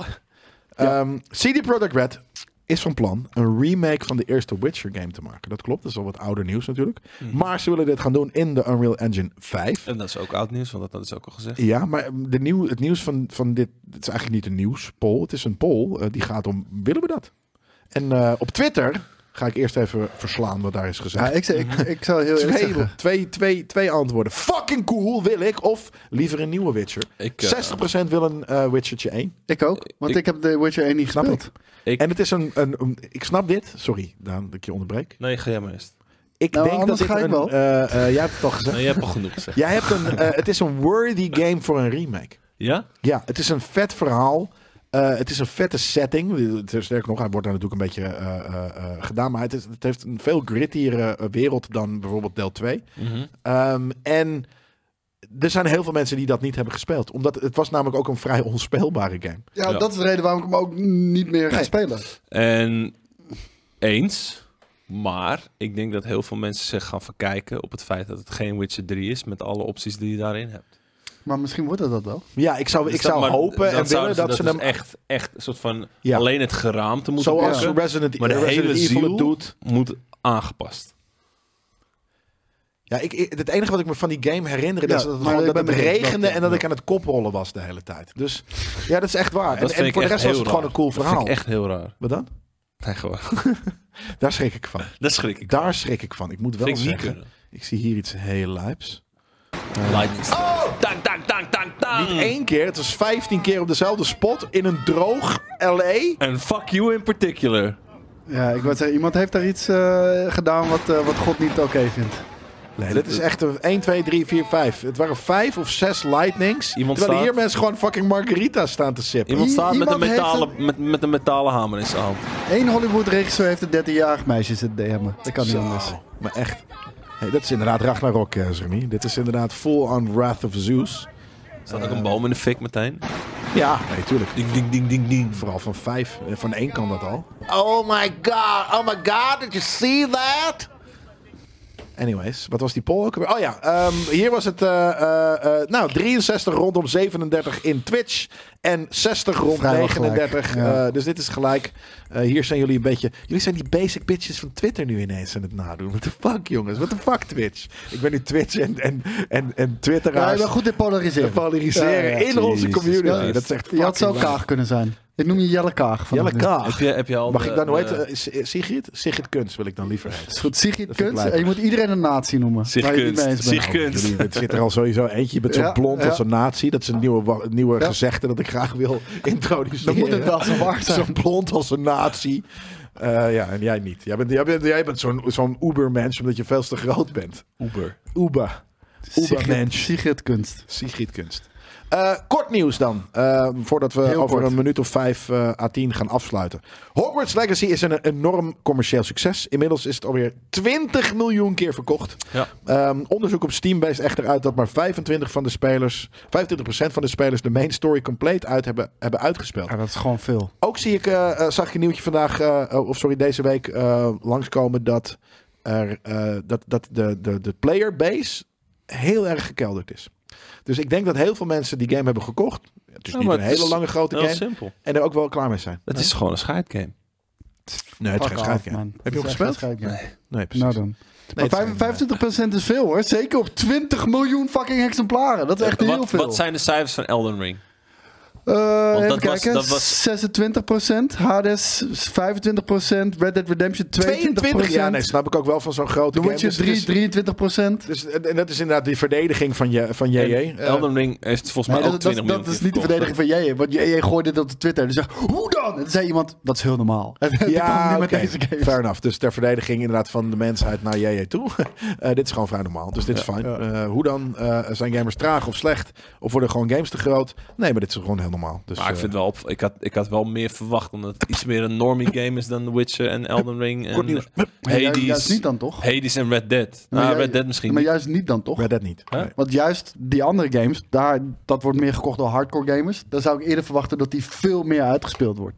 CD Projekt Red is van plan een remake van de eerste Witcher game te maken. Dat klopt, dat is al wat ouder nieuws natuurlijk. Maar ze willen dit gaan doen in de Unreal Engine 5. En dat is ook oud nieuws, want dat is ook al gezegd. Ja, maar het nieuws van dit... Het is eigenlijk niet een nieuwspoll. Het is een poll die gaat om... Willen we dat? En op Twitter ga ik eerst even verslaan wat daar is gezegd. Ja, ik zou heel eerlijk zeggen. Twee antwoorden. Fucking cool, wil ik. Of liever een nieuwe Witcher. 60% wil een Witchertje 1. Ik ook, want ik heb de Witcher 1 niet Snap gespeeld. En het is een... Ik snap dit. Sorry, Daan, dat ik je onderbreek. Nee, ga jij maar eerst. Ik Nou, denk dat anders dit ga ik wel. jij hebt het al gezegd. Nee, je hebt al genoeg gezegd. Jij hebt het is een worthy game voor een remake. Ja? Ja, het is een vet verhaal. Het is een vette setting. Sterker nog, hij wordt daar natuurlijk een beetje gedaan. Maar het heeft een veel grittiere wereld dan bijvoorbeeld deel 2. En er zijn heel veel mensen die dat niet hebben gespeeld. Omdat het was namelijk ook een vrij onspeelbare game. Ja, dat is de reden waarom ik hem ook niet meer ga spelen. En eens. Maar ik denk dat heel veel mensen zich gaan verkijken op het feit dat het geen Witcher 3 is met alle opties die je daarin hebt. Maar misschien wordt het dat wel. Ja, ik zou hopen en willen dat ze hem... echt een soort van alleen het geraamte moeten zoals pakken, Resident maar de hele Evil ziel het doet. moet aangepast. Ja, het enige wat ik me van die game herinner is dat het regende en dat ik aan het koprollen was de hele tijd. Dus ja, dat is echt waar. Dat En voor de rest was het gewoon een cool verhaal. Dat vind ik echt heel raar. Wat dan? Nee, gewoon. Daar schrik ik van. Daar schrik ik van. Ik moet wel zeggen, ik zie hier iets heel lijps. Lightning. Tang, tang, tang, tang, tang. Niet 1 keer, het was 15 keer op dezelfde spot in een droog LA. En fuck you in particular. Ja, ik wou zeggen, iemand heeft daar iets gedaan wat God niet oké vindt. Nee, dit is echt een 1, 2, 3, 4, 5. Het waren 5 of 6 lightnings. Terwijl hier mensen gewoon fucking margarita staan te sippen. Iemand staat met een metalen hamer in zijn hand. Eén Hollywood-regisseur heeft een 13-jarig meisje zitten DM'en. Dat kan niet anders. Maar echt. Hey, dat is inderdaad Ragnarok, Remy. Dit is inderdaad full on Wrath of Zeus. Staat ook een boom in de fik meteen? Ja, nee, tuurlijk. Ding, ding, ding, ding, ding. Vooral van 5. Van 1 kan dat al. Oh my god, did you see that? Anyways, wat was die poll ook weer? Oh ja, hier was het 63 rondom 37 in Twitch en 60 rond Vrijwel 39. Ja. Dus dit is gelijk. Hier zijn jullie een beetje... Jullie zijn die basic bitches van Twitter nu ineens aan het nadoen. What the fuck, jongens? What the fuck, Twitch? Ik ben nu Twitch en Twitter. Ja, je bent goed in polariseren. In onze community. Ja, dat is echt je had zo fucking Kaag kunnen zijn. Ik noem je Jelle Kaag. Jelle Kaag. Heb je al Mag ik dan nooit... Sigrid? Sigrid Kunst wil ik dan liever heten. Is goed, Sigrid Dat vind ik Kunst. lijp. En je moet iedereen een nazi noemen. waar je het niet mee eens bent. Jullie, het zit er al sowieso eentje. Je bent zo blond als een nazi. Dat is een nieuwe gezegde dat ik graag wil introduceren. Dan moet het wel zo waar zijn. Zo blond als een nazi. Ja, en jij niet. Jij bent zo'n Uber-mens omdat je veel te groot bent. Uber-mens. Sigrid Kunst. Sigrid Kunst. Kort nieuws dan. Voordat we Heel over kort. een minuut of 5 à 10 gaan afsluiten. Hogwarts Legacy is een enorm commercieel succes. Inmiddels is het alweer 20 miljoen keer verkocht. Ja. Onderzoek op Steam wijst echter uit dat maar 25% van de spelers de main story compleet hebben uitgespeeld. Ja, dat is gewoon veel. Ook zag ik een nieuwtje vandaag, deze week langskomen dat de playerbase heel erg gekelderd is. Dus ik denk dat heel veel mensen die game hebben gekocht. Het is niet een hele lange grote game. Simpel. En er ook wel klaar mee zijn. Het is gewoon een scheidgame. Nee, het is geen scheidgame. Heb je hem gespeeld? Nee, precies. Nou dan. Nee, Maar 25% is veel hoor. Zeker op 20 miljoen fucking exemplaren. Dat is echt heel veel. Wat zijn de cijfers van Elden Ring? Even kijken. dat was 26%. Hades 25%. Red Dead Redemption 22%. Ja, nee, snap ik ook wel van zo'n grote The game. Witcher 3, 23%. Dus, en dat is inderdaad die verdediging van JJ. Elden Ring heeft volgens mij ook 20 miljoen. Dat is niet de verdediging van JJ. Want JJ gooide dit op de Twitter. En zegt, hoe dan? En toen zei iemand, dat is heel normaal. Ja, met deze game. fair enough. Dus ter verdediging inderdaad van de mensheid naar JJ toe. Dit is gewoon vrij normaal. Dus dit is fijn. Hoe dan? Zijn gamers traag of slecht? Of worden gewoon games te groot? Nee, maar dit is gewoon heel heel normaal. Dus, Maar ik vind wel ik had wel meer verwacht, omdat het iets meer een normie game is dan The Witcher en Elden Ring en kort nieuws. Hades. Juist niet dan toch? Hades en Red Dead. Red Dead misschien Maar niet. juist niet dan toch? Red Dead niet. Huh? Nee. Want juist die andere games, dat wordt meer gekocht door hardcore gamers. Daar zou ik eerder verwachten dat die veel meer uitgespeeld wordt.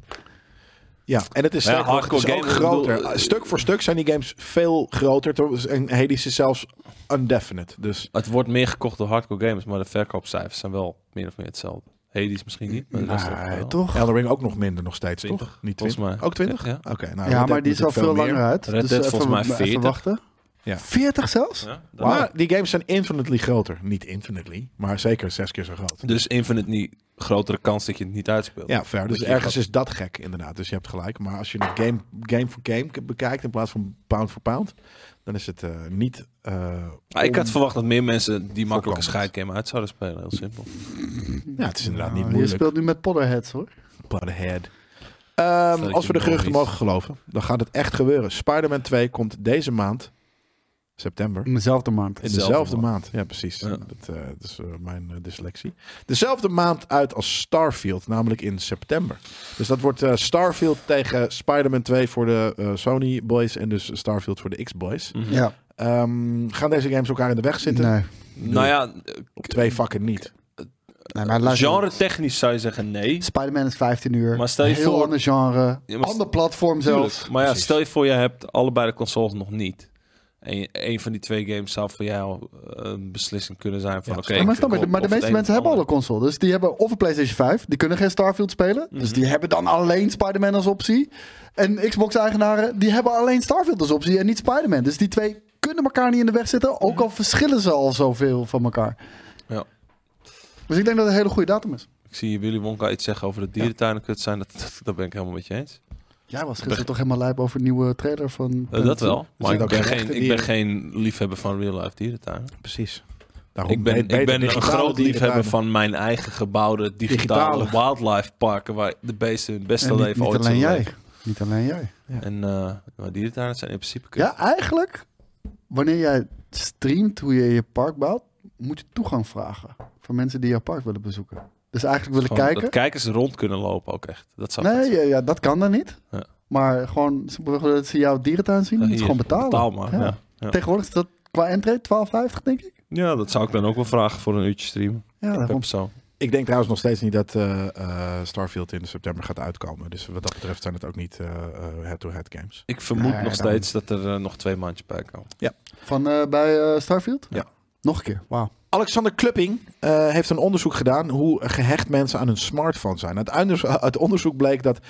Ja, en het is, Maar ja, sterker nog, het is hardcore ook gamers, groter. bedoel, Stuk voor stuk zijn die games veel groter. En Hades is zelfs undefinite. Dus Het wordt meer gekocht door hardcore gamers, maar de verkoopcijfers zijn wel meer of meer hetzelfde. Hades misschien niet, maar de rest ook wel. toch? Elden Ring ook nog minder nog steeds, 20, toch? Niet volgens 20? mij. Ook 20? Ja. Oké, nou, Ja, Red maar Dead die is wel natuurlijk veel meer. langer uit. Red Dead volgens mij even 40. wachten. Ja. 40 zelfs? Ja, Maar die games zijn infinitely groter. Niet infinitely, maar zeker 6 keer zo groot. Dus infinite niet grotere kans dat je het niet uitspeelt. Ja, fair. Dus Dat je ergens gaat- is dat gek, inderdaad. Dus je hebt gelijk. Maar als je het game voor game bekijkt in plaats van pound voor pound, dan is het niet... Ik had verwacht dat meer mensen die makkelijk een Voorkomend. scheidgame uit zouden spelen. Heel simpel. Ja, het is inderdaad niet Je moeilijk. speelt nu met Potterheads hoor. Butthead. Stel Als we de je geruchten movies. mogen geloven, dan gaat het echt gebeuren. Spider-Man 2 komt deze maand, september. In dezelfde maand. In Dezelfde dezelfde maand. maand. Ja, precies. Ja. Dat is mijn dyslexie. Dezelfde maand uit als Starfield, namelijk in september. Dus dat wordt Starfield tegen Spider-Man 2 voor de Sony boys en dus Starfield voor de X-boys. Mhm. Ja. Gaan deze games elkaar in de weg zitten? Nee. Nou ja, Op 2 vakken niet. Nee, maar luister, genre technisch zou je zeggen nee. Spider-Man is 15 uur. Maar stel je heel voor- ander genre. Ja, maar ander platform zelfs. Tuurlijk. Maar ja, Precies. stel je voor je hebt allebei de consoles nog niet. En een van die twee games zou voor jou een beslissing kunnen zijn van Ja, oké. Ja, maar, snap je, ik koop maar de of het meeste een mensen of hebben al het een console. Dus die hebben of een PlayStation 5. Die kunnen geen Starfield spelen. Dus Mhm. die hebben dan alleen Spider-Man als optie. En Xbox-eigenaren, die hebben alleen Starfield als optie en niet Spider-Man. Dus die twee kunnen elkaar niet in de weg zitten. Ook al verschillen ze al zoveel van elkaar. Ja. Dus ik denk dat het een hele goede datum is. Ik zie Willy Wonka iets zeggen over de dierentuinen kut zijn. Dat ben ik helemaal met je eens. Jij was gisteren toch helemaal lijp over een nieuwe trailer van... Dat wel. Maar zit ik ook ben, geen echte ik ben dieren. geen liefhebber van real life dierentuinen. Precies. Daarom Ik ben beter een digitale groot liefhebber dierentuinen. van mijn eigen gebouwde digitale wildlife parken waar de beesten hun beste En niet, leven niet ooit alleen zullen jij. leven. Niet alleen jij. En maar dierentuinen zijn in principe kut. Ja, eigenlijk, wanneer jij streamt hoe je je park bouwt, moet je toegang vragen voor mensen die jouw park willen bezoeken. Dus eigenlijk willen Gewoon kijken. Dat kijkers rond kunnen lopen ook echt. Dat zou vet Nee, zijn. ja, dat kan dan niet. Ja. Maar gewoon dat ze jouw dierentuin zien, Ja, moet je hier, gewoon betalen. Betaal maar. Ja. Ja. Ja. Tegenwoordig is dat qua entree 12,50 denk ik. Ja, dat zou ik dan ook wel vragen voor een uurtje streamen. Ja, Per daarom. persoon. Ik denk trouwens nog steeds niet dat Starfield in september gaat uitkomen. Dus wat dat betreft zijn het ook niet head-to-head games. Ik vermoed Nee, nog dan- steeds dat er nog 2 maandjes bij komen. Van bij Starfield? Ja. Nog een keer, wauw. Alexander Klupping heeft een onderzoek gedaan hoe gehecht mensen aan hun smartphone zijn. Het onderzoek bleek dat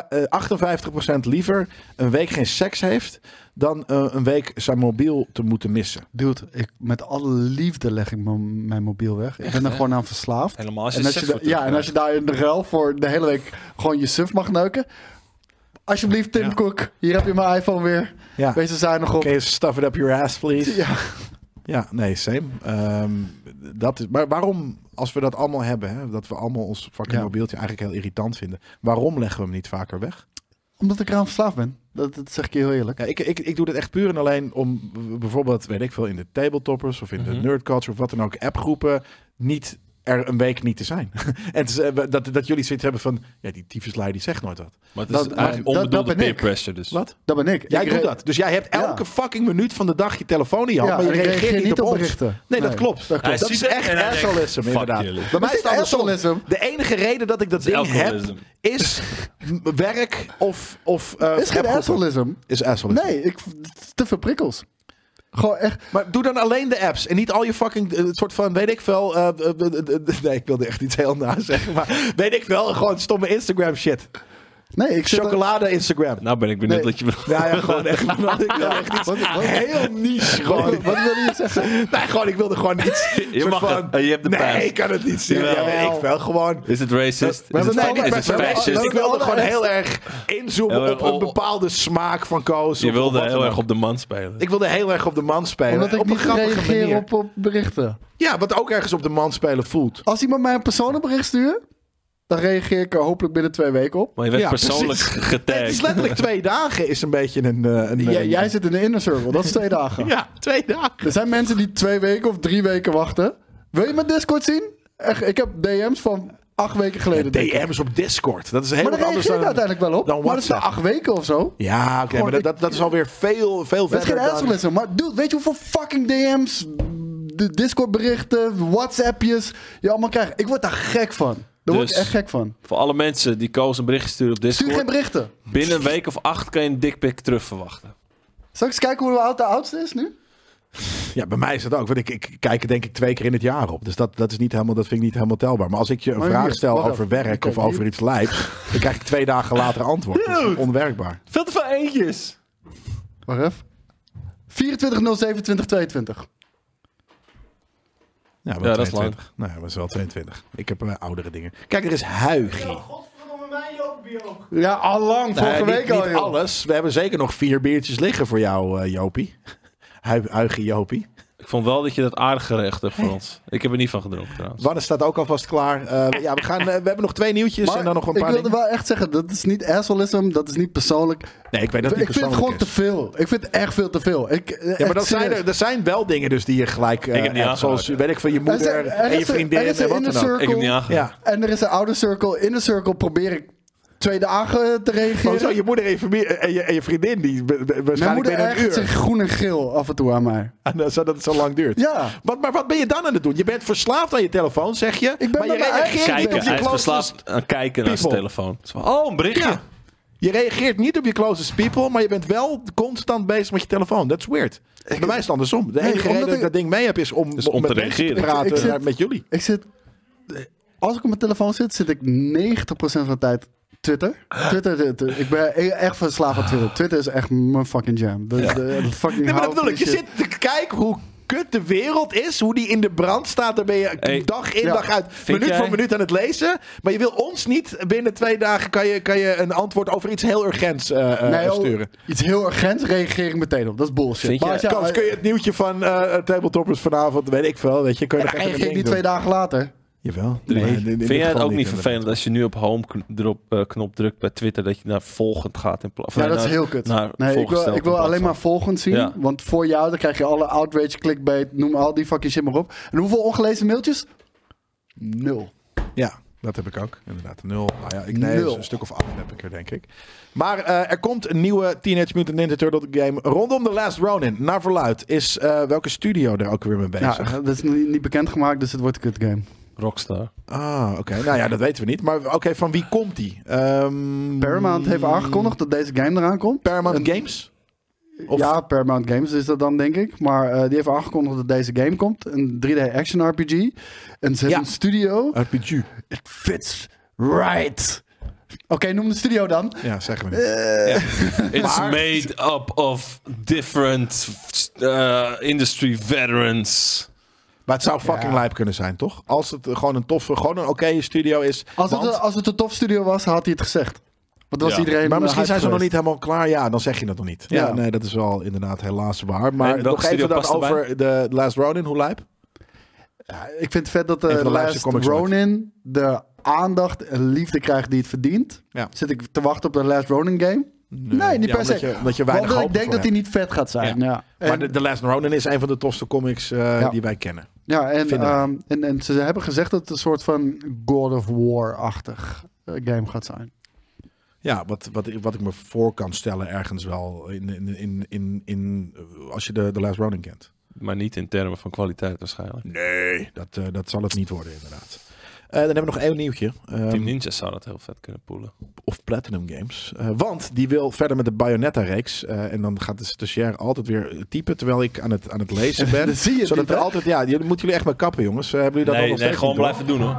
58% liever een week geen seks heeft dan een week zijn mobiel te moeten missen. Dude, met alle liefde leg ik mijn mobiel weg. Ik ben er hè? gewoon aan verslaafd. Helemaal als je En als seks je, wordt en als je daar in de ruil voor de hele week gewoon je suf mag neuken. Alsjeblieft, Tim Ja. Cook. Hier heb je mijn iPhone weer. Ja. Wees er zuinig op. Can you stuff it up your ass, please? Ja. Ja, nee, same. Maar waarom, als we dat allemaal hebben, hè, dat we allemaal ons fucking Ja. mobieltje eigenlijk heel irritant vinden, waarom leggen we hem niet vaker weg? Omdat ik eraan verslaafd ben. Dat zeg ik je heel eerlijk. Ja, ik doe dit echt puur en alleen om bijvoorbeeld, weet ik veel, in de tabletoppers of in de nerd culture of wat dan ook, appgroepen, niet er een week niet te zijn. En dat jullie zoiets hebben van, ja, die tyfuslui die zegt nooit wat. Maar het is Dat- eigenlijk dat onbedoelde ben peer ik. pressure dus. Wat? Dat ben ik. Jij Ik doet re- dat. Dus jij hebt elke Ja. fucking minuut van de dag je telefoon in je hand, Ja, maar je en ik reageert niet op ons. berichten. Nee, dat klopt. Dat klopt. Dat Hij is ziet het echt en hij denkt, assholism, fuck inderdaad. jullie. Bij mij Dat is het is andersom. assholism. De enige reden dat ik dat ding heb, alcoholism. is werk of is geen appgroepen. assholism. Is asshole. Nee, te veel prikkels. Gewoon echt. Maar doe dan alleen de apps en niet al je fucking het soort van, weet ik veel. Nee, ik wilde echt iets heel na zeggen, maar weet ik wel, gewoon stomme Instagram shit. Nee, ik zit er- Chocolade Instagram. Nou ben ik benieuwd Nee. wat je bedoelt. Ja, gewoon echt. Ik wilde echt iets heel niche. Gewoon. Wat wilde je zeggen? Nee, gewoon, ik wilde gewoon iets. Je soort mag van, het. Je hebt de nee, pass. ik kan het niet zien. Jawel. Ja, weet ik wel. Gewoon. Is het racist? We Is het, hebben- nee, is niet het per se. fascist? Ik wilde gewoon echt- heel erg inzoomen Heel op erg een bepaalde smaak van Koos. Je of wilde wat dan heel erg ook. op de man spelen. Ik wilde heel erg op de man spelen. Omdat ik op een niet grappige reageer manier. op berichten. Ja, wat ook ergens op de man spelen voelt. Als iemand mij een persoonlijk bericht stuurt, dan reageer ik er hopelijk binnen 2 weken op. Maar je werd Ja, persoonlijk precies. Nee, getagd. het is letterlijk 2 dagen is een beetje een Jij zit in de inner circle, dat is 2 dagen. Ja, 2 dagen. Er zijn mensen die 2 weken of 3 weken wachten. Wil je mijn Discord zien? Echt, ik heb DM's van 8 weken geleden. DM's op Discord. Dat is helemaal Maar daar anders reageer je uiteindelijk wel op. dan Maar dat is WhatsApp. 8 weken of zo. Ja, oké, maar dat is alweer veel Dat is verder geen dan... asshole. Maar dude, weet je hoeveel fucking DM's, de Discord berichten, WhatsAppjes je allemaal krijgt? Ik word daar gek van. Daar word ik echt gek van. Voor alle mensen die Koos een berichtje sturen op Discord. Stuur geen berichten. Binnen een week of 8 kan je een dickpic terug verwachten. Zal ik eens kijken hoe oud de oudste is nu? Ja, bij mij is dat ook. Want ik kijk er denk ik 2 keer in het jaar op. Dus dat is niet helemaal, dat vind ik niet helemaal telbaar. Maar als ik je een Maar vraag hier, stel wacht over even. werk Kijk, of over hier. iets lijps, dan krijg ik 2 dagen later antwoord. Dat is onwerkbaar. Veel te veel eentjes. Wacht even. 24/07/2022. Ja, wel Ja, dat is 22. Nee, dat is wel 22. Ik heb oudere dingen. Kijk, er is Huigie. Ja, allang. Vorige week al, niet joh. alles. We hebben zeker nog 4 biertjes liggen voor jou, Jopie. Huigie Jopie. Ik vond wel dat je dat aardig geregeld hebt voor ons. Ik heb er niet van gedronken trouwens. Wannes staat ook alvast klaar. Ja, we hebben nog 2 nieuwtjes Maar en dan nog een ik paar wilde dingen. wel echt zeggen, dat is niet assholism, dat is niet persoonlijk. Nee, ik weet dat het niet Ik vind het gewoon persoonlijk te veel. Ik vind het echt veel te veel. Ja, maar er zijn wel dingen dus die je gelijk... Ik heb niet hebt, aangeraakt. zoals, weet ik, van je moeder en je vriendin er is een en wat inner dan ook. Ik heb niet circle aangeraakt. Ja. en er is een outer circle. Inner circle probeer ik 2 dagen te reageren. Oh, zo, je moeder en je vriendin, die Mijn waarschijnlijk moeder binnen een ergert uur. zich groen en geel af en toe aan mij. En, zodat het zo lang duurt. Ja. Maar wat ben je dan aan het doen? Je bent verslaafd aan je telefoon, zeg je. Ik ben maar je met mijn reageert eigen niet Kijken, op je hij is closest... verslaafd aan kijken naar zijn people. telefoon. Zo van, oh, een berichtje. Ja. Je reageert niet op je closest people, maar je bent wel constant bezig met je telefoon. That's weird. Bij mij is het andersom. De enige reden dat ik dat ding mee heb is om om met te mensen reageren. te praten Ik zit- met jullie. Ik zit... Als ik op mijn telefoon zit ik 90% van de tijd Twitter. Ik ben echt verslaafd aan Twitter. Twitter is echt mijn fucking jam. De fucking Nee, maar dat hou bedoel van ik. Je die zit te kijken hoe kut de wereld is. Hoe die in de brand staat. Daar ben je Hey, dag in ja. dag uit. Minuut jij- voor minuut aan het lezen. Maar je wil ons niet binnen 2 dagen kan je een antwoord over iets heel urgents sturen. Iets heel urgents reageer ik meteen op. Dat is bullshit. Vind je- Maar als Kans, kun je het nieuwtje van Tabletoppers vanavond, weet ik veel. Weet je, kun je nog even reageer een ik niet ding 2 dagen later. doen. Jawel. Nee. Maar in dit Vind jij het geval ook niet inderdaad. vervelend als je nu op home knop drukt bij Twitter dat je naar volgend gaat in plaats Ja, dat is heel kut. naar Nee, ik volgesteld wil in plaats alleen maar van- volgend zien. Ja. Want voor jou, dan krijg je alle outrage, clickbait, noem al die fucking shit maar op. En hoeveel ongelezen mailtjes? 0. Ja, dat heb ik ook. Inderdaad, 0. Nou ja, nee, 0. een stuk of 8 heb ik er, denk ik. Maar er komt een nieuwe Teenage Mutant Ninja Turtle game rondom The Last Ronin. Naar verluid is welke studio er ook weer mee bezig. Ja, dat is niet bekendgemaakt, dus het wordt een kut game. Rockstar. Ah, oké. Nou ja, dat weten we niet. Maar oké, van wie komt die? Paramount heeft aangekondigd dat deze game eraan komt. Paramount En- Games? Of- Ja, Paramount Games is dat dan, denk ik. Maar die heeft aangekondigd dat deze game komt. Een 3D action RPG. En ze hebben een studio. RPG. It fits right. Oké, noem de studio dan. Ja, zeggen we niet. It's made up of different industry veterans. Maar het zou fucking lijp kunnen zijn, toch? Als het gewoon een toffe, gewoon een oké studio is. Als het een tof studio was, had hij het gezegd. Want dan was Ja. iedereen Maar misschien hyped zijn ze nog geweest. niet helemaal klaar. Ja, dan zeg je dat nog niet. Ja, Ja. nee, dat is wel inderdaad helaas waar. Maar En welke nog even studio dan past erbij? over de Last Ronin. Hoe lijp? Ja, ik vind het vet dat Een van de de lijpste Last comics ooit. Ronin de aandacht en liefde krijgt die het verdient. Ja. Zit ik te wachten op de Last Ronin game? Nee, niet Ja, per se. Omdat je weinig Want hoop ik denk ervoor dat hij niet vet gaat zijn. Ja. hebt. Maar En- de Last Ronin is een van de tofste comics die wij kennen. Ja, Vinden wij. en ze hebben gezegd dat het een soort van God of War-achtig game gaat zijn. Ja, wat ik me voor kan stellen ergens wel in als je de Last Ronin kent. Maar niet in termen van kwaliteit waarschijnlijk. Nee, dat zal het niet worden inderdaad. Dan hebben we nog één nieuwtje. Team Ninja zou dat heel vet kunnen poelen. Of Platinum Games. Want die wil verder met de Bayonetta-reeks. En dan gaat de stagiair altijd weer typen terwijl ik aan het lezen ben. Dan zie je het zodat niet, er hè? altijd, ja, die moeten jullie echt maar kappen, jongens. Hebben jullie dat Nee, nog nee, steeds gewoon niet blijven doen hoor.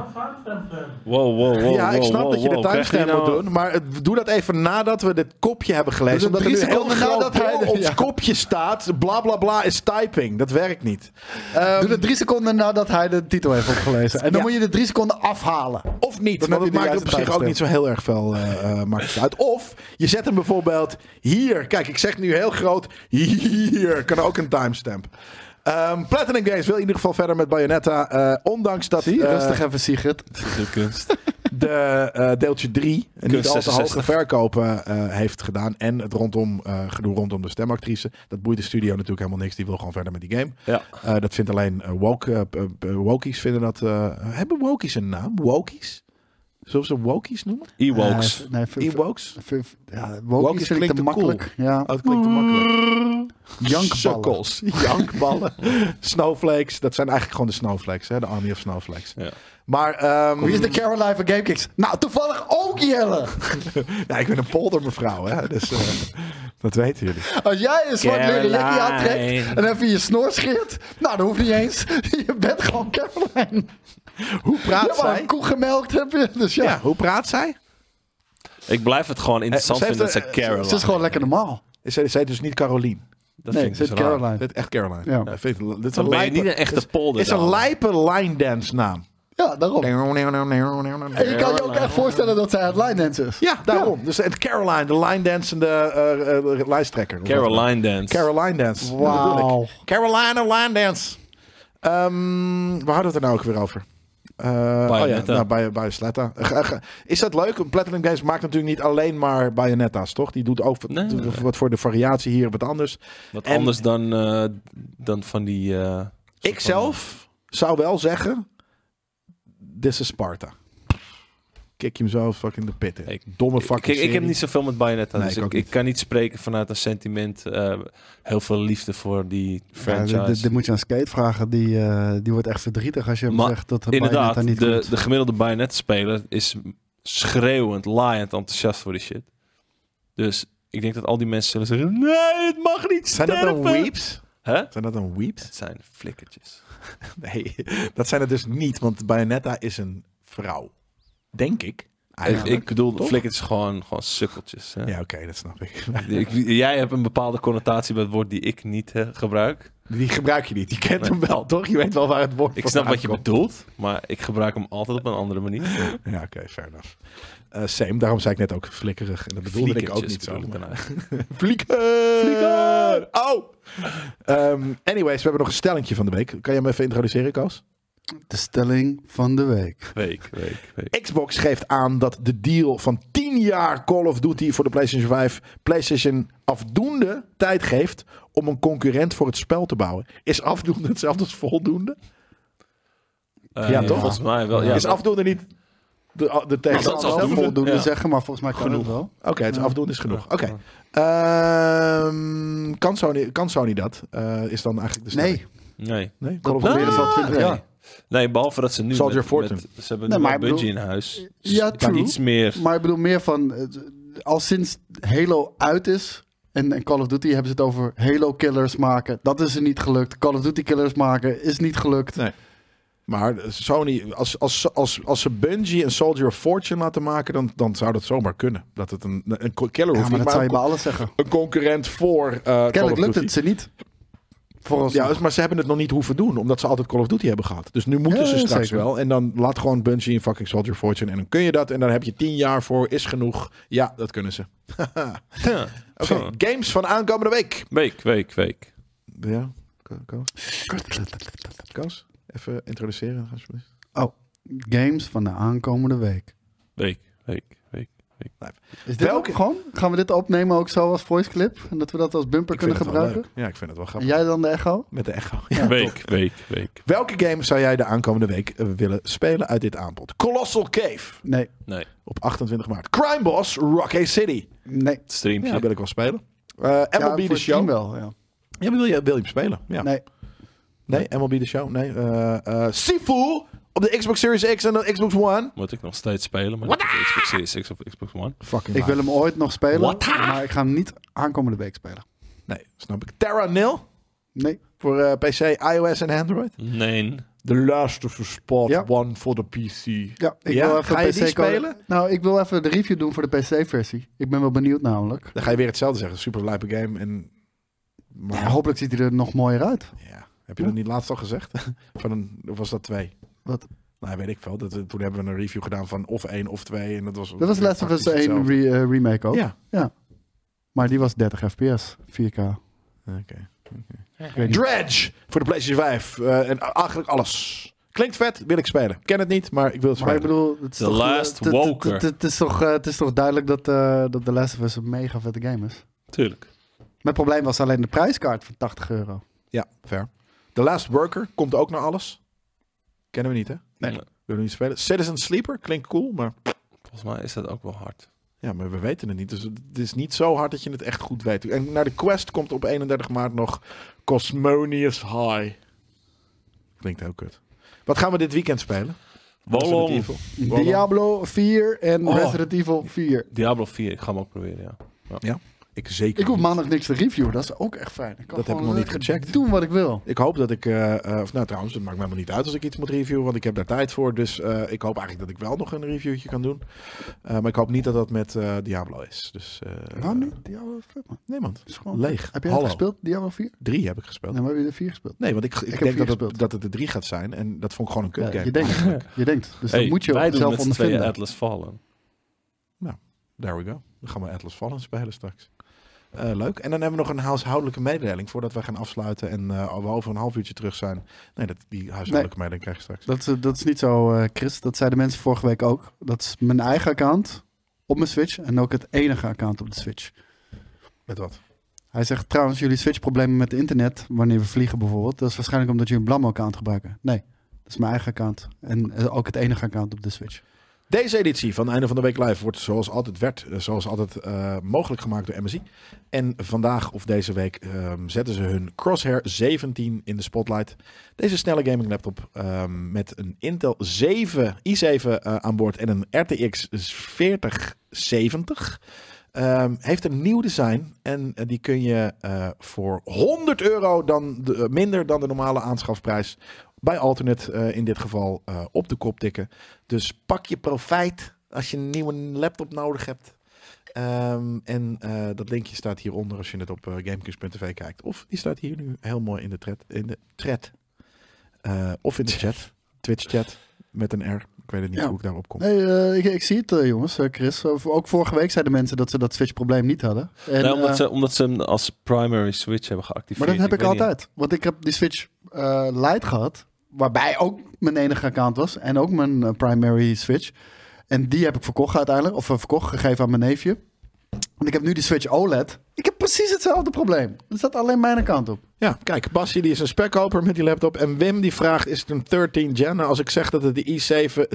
Wow. Ja, ik snap dat je de Krijg timestamp nou- moet doen. Maar doe dat even nadat we dit kopje hebben gelezen. Dus Omdat er nu 3 heel seconden groot nadat hij- op ons ja. kopje staat. Bla bla bla is typing. Dat werkt niet. Doe het 3 seconden nadat hij de titel heeft opgelezen. En dan Ja. moet je de 3 seconden afhalen. Of niet, Dan want heb het je de maakt op juiste zich ook timestamp. niet zo heel erg veel maakt het uit. Of je zet hem bijvoorbeeld hier. Kijk, ik zeg nu heel groot. Hier kan ook een timestamp. Platinum Games wil in ieder geval verder met Bayonetta. Ondanks dat Zie, rustig even, Sigrid. De kunst. de deeltje 3 niet al te 66. hoge verkopen heeft gedaan. En het gedoe rondom de stemactrice. Dat boeit de studio natuurlijk helemaal niks. Die wil gewoon verder met die game. Ja. Dat vindt alleen Wokies vinden dat... hebben Wokies een naam? Wokies? Zullen we ze wokies noemen? Ewoks. Ewoks? Ja, wokies vind ik te makkelijk. Cool. Ja. Oh, dat klinkt te makkelijk. Jankballen. Sukkels. Jankballen. Snowflakes. Dat zijn eigenlijk gewoon de snowflakes. Hè? De army of snowflakes. Ja. Maar... Wie is de Caroline van GameKicks? Nou, toevallig ook Jelle. ja, ik ben een poldermevrouw. Hè? Dus dat weten jullie. Als jij een zwart leren jackie aantrekt en even je snor scheert, nou, dat hoeft niet eens. Je bent gewoon Caroline. Hoe praat Ja, maar zij? een koe gemelkt heb je. Dus ja. Ja, hoe praat zij? Ik blijf het gewoon interessant Ze heeft vinden dat ze Caroline. Ze is gewoon lekker normaal. Zij dus niet Caroline. Dat Nee, vind ze ik is dus raar. Caroline. Dit is echt Caroline. Ja. Ja, dit is Dan ben je niet een echte polder. is een dan. lijpe line dance naam. Ja, daarom. En je kan je ook echt voorstellen dat zij het line dance is. Ja, daarom. Dus het Caroline, de line dansende lijsttrekker. Caroline Dance. Caroline dance. Wauw. Dat bedoel ik. Carolina line dance. Waar hadden we het er nou ook weer over? Bayonetta. Is dat leuk? Platinum Games maakt natuurlijk niet alleen maar Bayonetta's, toch? Die doet ook wat voor de variatie hier wat anders. Wat anders dan van die... Ik zelf zou wel zeggen... This is Sparta. Kik je hem zo fucking de pit in. Domme fucking ik heb niet zoveel met Bayonetta. Nee, dus ik ook ik kan niet spreken vanuit een sentiment. Heel veel liefde voor die franchise. Ja, dit moet je aan Skate vragen. Die wordt echt verdrietig als je hem zegt dat de inderdaad, Bayonetta niet goed. de gemiddelde Bayonetta-speler is schreeuwend, laaiend enthousiast voor die shit. Dus ik denk dat al die mensen zullen zeggen... Nee, het mag niet sterven. Zijn dat dan weeps? Huh? Zijn dat dan weeps? Het zijn flikkertjes. Nee, dat zijn het dus niet. Want Bayonetta is een vrouw. Denk ik. Ik bedoel, Toch? flikkertjes gewoon sukkeltjes. Hè? Ja, oké, dat snap ik. Jij hebt een bepaalde connotatie met het woord die ik niet gebruik. Die gebruik je niet. Je kent hem wel, toch? Je weet wel waar het woord Ik snap wat je komt. bedoelt, maar ik gebruik hem altijd op een andere manier. Ja, oké, fair enough. Same, daarom zei ik net ook flikkerig. En dat bedoelde ik ook niet zo. bedoel ik dan eigenlijk. Flikker! Oh! Anyways, we hebben nog een stellingje van de week. Kan je hem even introduceren, Koos? De stelling van de week. Week. Xbox geeft aan dat de deal van 10 jaar Call of Duty voor de PlayStation 5 PlayStation afdoende tijd geeft om een concurrent voor het spel te bouwen. Is afdoende hetzelfde als voldoende? Ja, toch? Volgens mij wel. Ja, Is afdoende niet de Ik zou tegenstander? het wel afdoende, voldoende ja. zeggen, maar volgens mij kan het wel. Oké, het is afdoende is genoeg. Oké. Kan Sony dat? Is dan eigenlijk de stelling? Nee, Nee. Call of dat Duty proberen ze al 20 jaar. Nee, behalve dat ze nu Soldier of Fortune. ze hebben Nee, nu maar wel ik bedoel- Bungie in huis. Ja, Dus true. iets meer. Maar ik bedoel meer van, al sinds Halo uit is en Call of Duty hebben ze het over Halo killers maken. Dat is er niet gelukt. Call of Duty killers maken is niet gelukt. Nee. Maar Sony, als ze Bungie en Soldier of Fortune laten maken, dan zou dat zomaar kunnen. Dat het een killer Ja, hoeft maar niet, dat zou je bij een, alles zeggen. een concurrent voor Call of Kennelijk lukt Duty. het ze niet. Ja, maar ze hebben het nog niet hoeven doen, omdat ze altijd Call of Duty hebben gehad. Dus nu moeten Ja, ze straks zeker. wel. En dan laat gewoon Bungie en fucking Soldier of Fortune. En dan kun je dat. En dan heb je 10 jaar voor. Is genoeg. Ja, dat kunnen ze. Ja. Oké, games van aankomende week. Week. Ja, Koos? Even introduceren, alsjeblieft. Games van de aankomende week. Week. Is dit Welke- ook gewoon? Gaan we dit opnemen ook zo als voice clip? En dat we dat als bumper Ik vind kunnen het wel gebruiken? leuk. Ja, ik vind het wel En grappig. jij dan de echo? Met de echo. Ja, Week. Welke game zou jij de aankomende week willen spelen uit dit aanbod? Colossal Cave Nee. Nee, op 28 maart. Crime Boss Rocky City. Nee. streampje. Ja, wil ik wel spelen. MLB Ja, The voor Show. Steam wel, ja. Ja, wil je hem spelen? Ja. Nee. Nee, MLB The Show. Nee. Sifu op de Xbox Series X en de Xbox One. Moet ik nog steeds spelen, maar niet op de Xbox Series X of Xbox One. Fucking Ik wil hem ooit nog spelen, What? maar ik ga hem niet aankomende week spelen. Nee, snap ik. Terra Nil Nee. voor PC, iOS en Android. Nee. The Last of Us Part Ja. 1 voor de PC. Ja, ik Ja, wil even ga je PC die spelen? Nou, ik wil even de review doen voor de PC-versie. Ik ben wel benieuwd namelijk. Dan ga je weer hetzelfde zeggen. Super lijpe game. En... Maar... Ja, hopelijk ziet hij er nog mooier uit. Ja. Heb je dat niet laatst al gezegd? Of was dat 2? Wat? Nou, weet ik veel. Toen hebben we een review gedaan van of 1 of 2. En dat was Dat was Last of Us praktisch 1 hetzelfde. remake ook. Ja. Maar die was 30 fps, 4K. Oké. Ik weet niet. Dredge voor de PlayStation 5. En eigenlijk alles. Klinkt vet, wil ik spelen. Ken het niet, maar ik wil het Maar ik spelen. bedoel, het is The toch, Last het- Walker. Het is toch duidelijk dat The Last of Us een mega vette game is. Tuurlijk. Mijn probleem was alleen de prijskaart van €80. Ja, fair. The Last Worker komt ook naar alles. Kennen we niet, hè? Nee. Willen we niet spelen. Citizen Sleeper klinkt cool, maar Volgens mij is dat ook wel hard. Ja, maar we weten het niet. Dus het is niet zo hard dat je het echt goed weet. En naar de Quest komt op 31 maart nog Cosmonious High. Klinkt heel kut. Wat gaan we dit weekend spelen? Wolong. Resident Evil. Diablo 4 en Oh. Resident Evil 4. Diablo 4, ik ga hem ook proberen, ja. Ik zeker Ik hoef niet. maandag niks te reviewen, dat is ook echt fijn. Ik kan Dat heb ik gewoon nog niet lekker gecheckt. doen wat ik wil. Ik hoop dat ik... trouwens, het maakt me helemaal niet uit als ik iets moet reviewen. Want ik heb daar tijd voor. Dus ik hoop eigenlijk dat ik wel nog een reviewtje kan doen. Maar ik hoop niet dat dat met Diablo is. Dus, Waarom niet? Diablo 4, man. Nee, man. Het is gewoon Leeg. Heb je Hallo. het gespeeld, Diablo 4? 3 heb ik gespeeld. Nee, maar heb je de 4 gespeeld? Nee, want ik heb denk 4 dat gespeeld. dat het de 3 gaat zijn. En dat vond ik gewoon een Ja, kut game. je denkt. Je denkt. Dus Hey, dat moet je wij ook doen zelf met z'n tweeën ondervinden. Atlas Fallen. There we go. Dan gaan we Atlas Fallen spelen straks. Leuk. En dan hebben we nog een huishoudelijke mededeling voordat we gaan afsluiten en we over een half uurtje terug zijn. Nee, die huishoudelijke mededeling krijg je straks. Dat is niet zo, Chris. Dat zeiden mensen vorige week ook. Dat is mijn eigen account op mijn Switch en ook het enige account op de Switch. Met wat? Hij zegt trouwens, jullie Switch-problemen met internet, wanneer we vliegen bijvoorbeeld, dat is waarschijnlijk omdat jullie een Blammo-account gebruiken. Nee, dat is mijn eigen account. En ook het enige account op de Switch. Deze editie van Einde van de Week Live wordt zoals altijd mogelijk gemaakt door MSI. En vandaag of deze week zetten ze hun Crosshair 17 in de spotlight. Deze snelle gaming laptop met een Intel i7 aan boord en een RTX 4070. Heeft een nieuw design en die kun je voor €100 minder dan de normale aanschafprijs bij Alternate in dit geval op de kop tikken. Dus pak je profijt als je een nieuwe laptop nodig hebt. Dat linkje staat hieronder als je het op gamekings.tv kijkt. Of die staat hier nu heel mooi in de thread. Of in de chat. Twitch chat met een R. Ik weet het niet hoe ik daarop kom. Nee, ik zie het jongens, Chris. Ook vorige week zeiden mensen dat ze dat Switch-probleem niet hadden. En, Nee, omdat ze hem als primary switch hebben geactiveerd. maar dat heb ik weet niet. altijd. Want ik heb die Switch Lite gehad, waarbij ook mijn enige account was. En ook mijn primary Switch. En die heb ik verkocht uiteindelijk. Of gegeven aan mijn neefje. En ik heb nu die Switch OLED. Ik heb precies hetzelfde probleem. Er staat alleen mijn account op. Ja, kijk, Basje die is een spekkoper met die laptop. En Wim die vraagt, is het een 13 gen? Nou, als ik zeg dat het de i7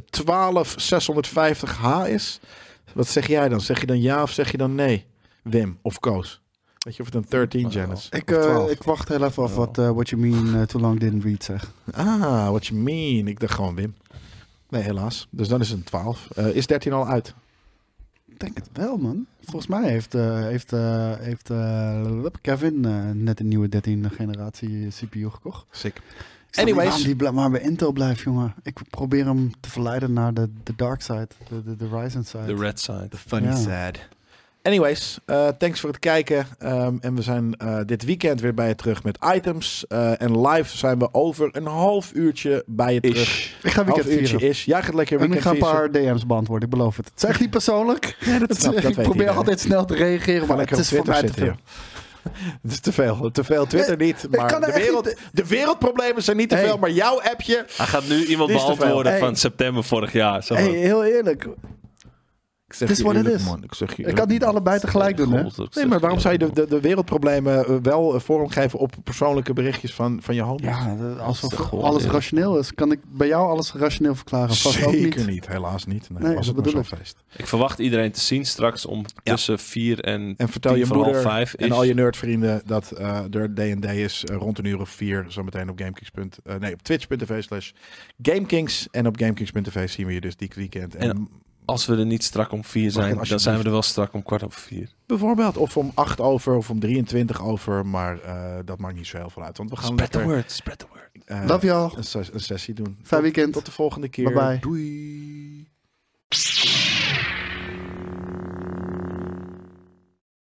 12650H is, wat zeg jij dan? Zeg je dan ja of zeg je dan nee? Wim of Koos? Weet je of het een 13 gen is? Of 12? Ik wacht heel even af wat What You Mean Too Long Didn't Read zegt. Ah, what you mean. Ik dacht gewoon Wim. Nee, helaas. Dus dan is het een 12. Is 13 al uit? Ik denk het wel, man. Volgens mij heeft Kevin net een nieuwe 13e generatie CPU gekocht. Sick. Anyways. Die maar bij Intel blijft, jongen. Ik probeer hem te verleiden naar de dark side. De Ryzen side. De red side. The funny Ja. side. Anyways, thanks voor het kijken. En we zijn dit weekend weer bij je terug met items. En live zijn we over een half uurtje bij je terug. Ik ga weekend Half uurtje vieren. is. Jij gaat lekker En ik weekend ga een vieren. paar DM's beantwoorden, ik beloof het. Het is echt niet persoonlijk. Ja, dat snap, dat Ik weet probeer iedereen. altijd snel te reageren, maar lekker het is op voor mij Twitter te veel. zitten, Het is te veel. Te veel. Twitter niet. ik kan Maar er echt de wereldproblemen zijn niet te Hey. veel. Maar jouw appje... Hij gaat nu iemand Die is te veel. beantwoorden Hey. van september vorig jaar. Zo Hey, van, heel eerlijk. Ik zeg Het is je wat het eerlijk, is. man. Ik zeg je Ik kan niet allebei tegelijk doen, hè? Nee, maar waarom zou je de wereldproblemen wel vorm geven op persoonlijke berichtjes van je homies? Ja, alsof gewoon alles eerlijk. rationeel is. Kan ik bij jou alles rationeel verklaren? Vast ook Zeker niet. niet. Helaas niet. Nee, Nee, was het dat maar zo'n bedoel feest. Ik verwacht iedereen te zien straks om tussen 4 en En vertel je 4:30 moeder 5 en al je nerdvrienden dat er D&D is rond een uur of 4. Zometeen op Gamekings. Op Twitch.tv/Gamekings. En op Gamekings.tv zien we je dus dit weekend. En als we er niet strak om 4 zijn, dan zijn we er wel strak om 4:15. bijvoorbeeld of om 8 over of om 23 over. Maar dat maakt niet zo heel veel uit. Want we gaan Spread the lekker word, spread the word. Love y'all. een sessie doen. Fijn weekend. Tot de volgende keer. Bye bye. Doei.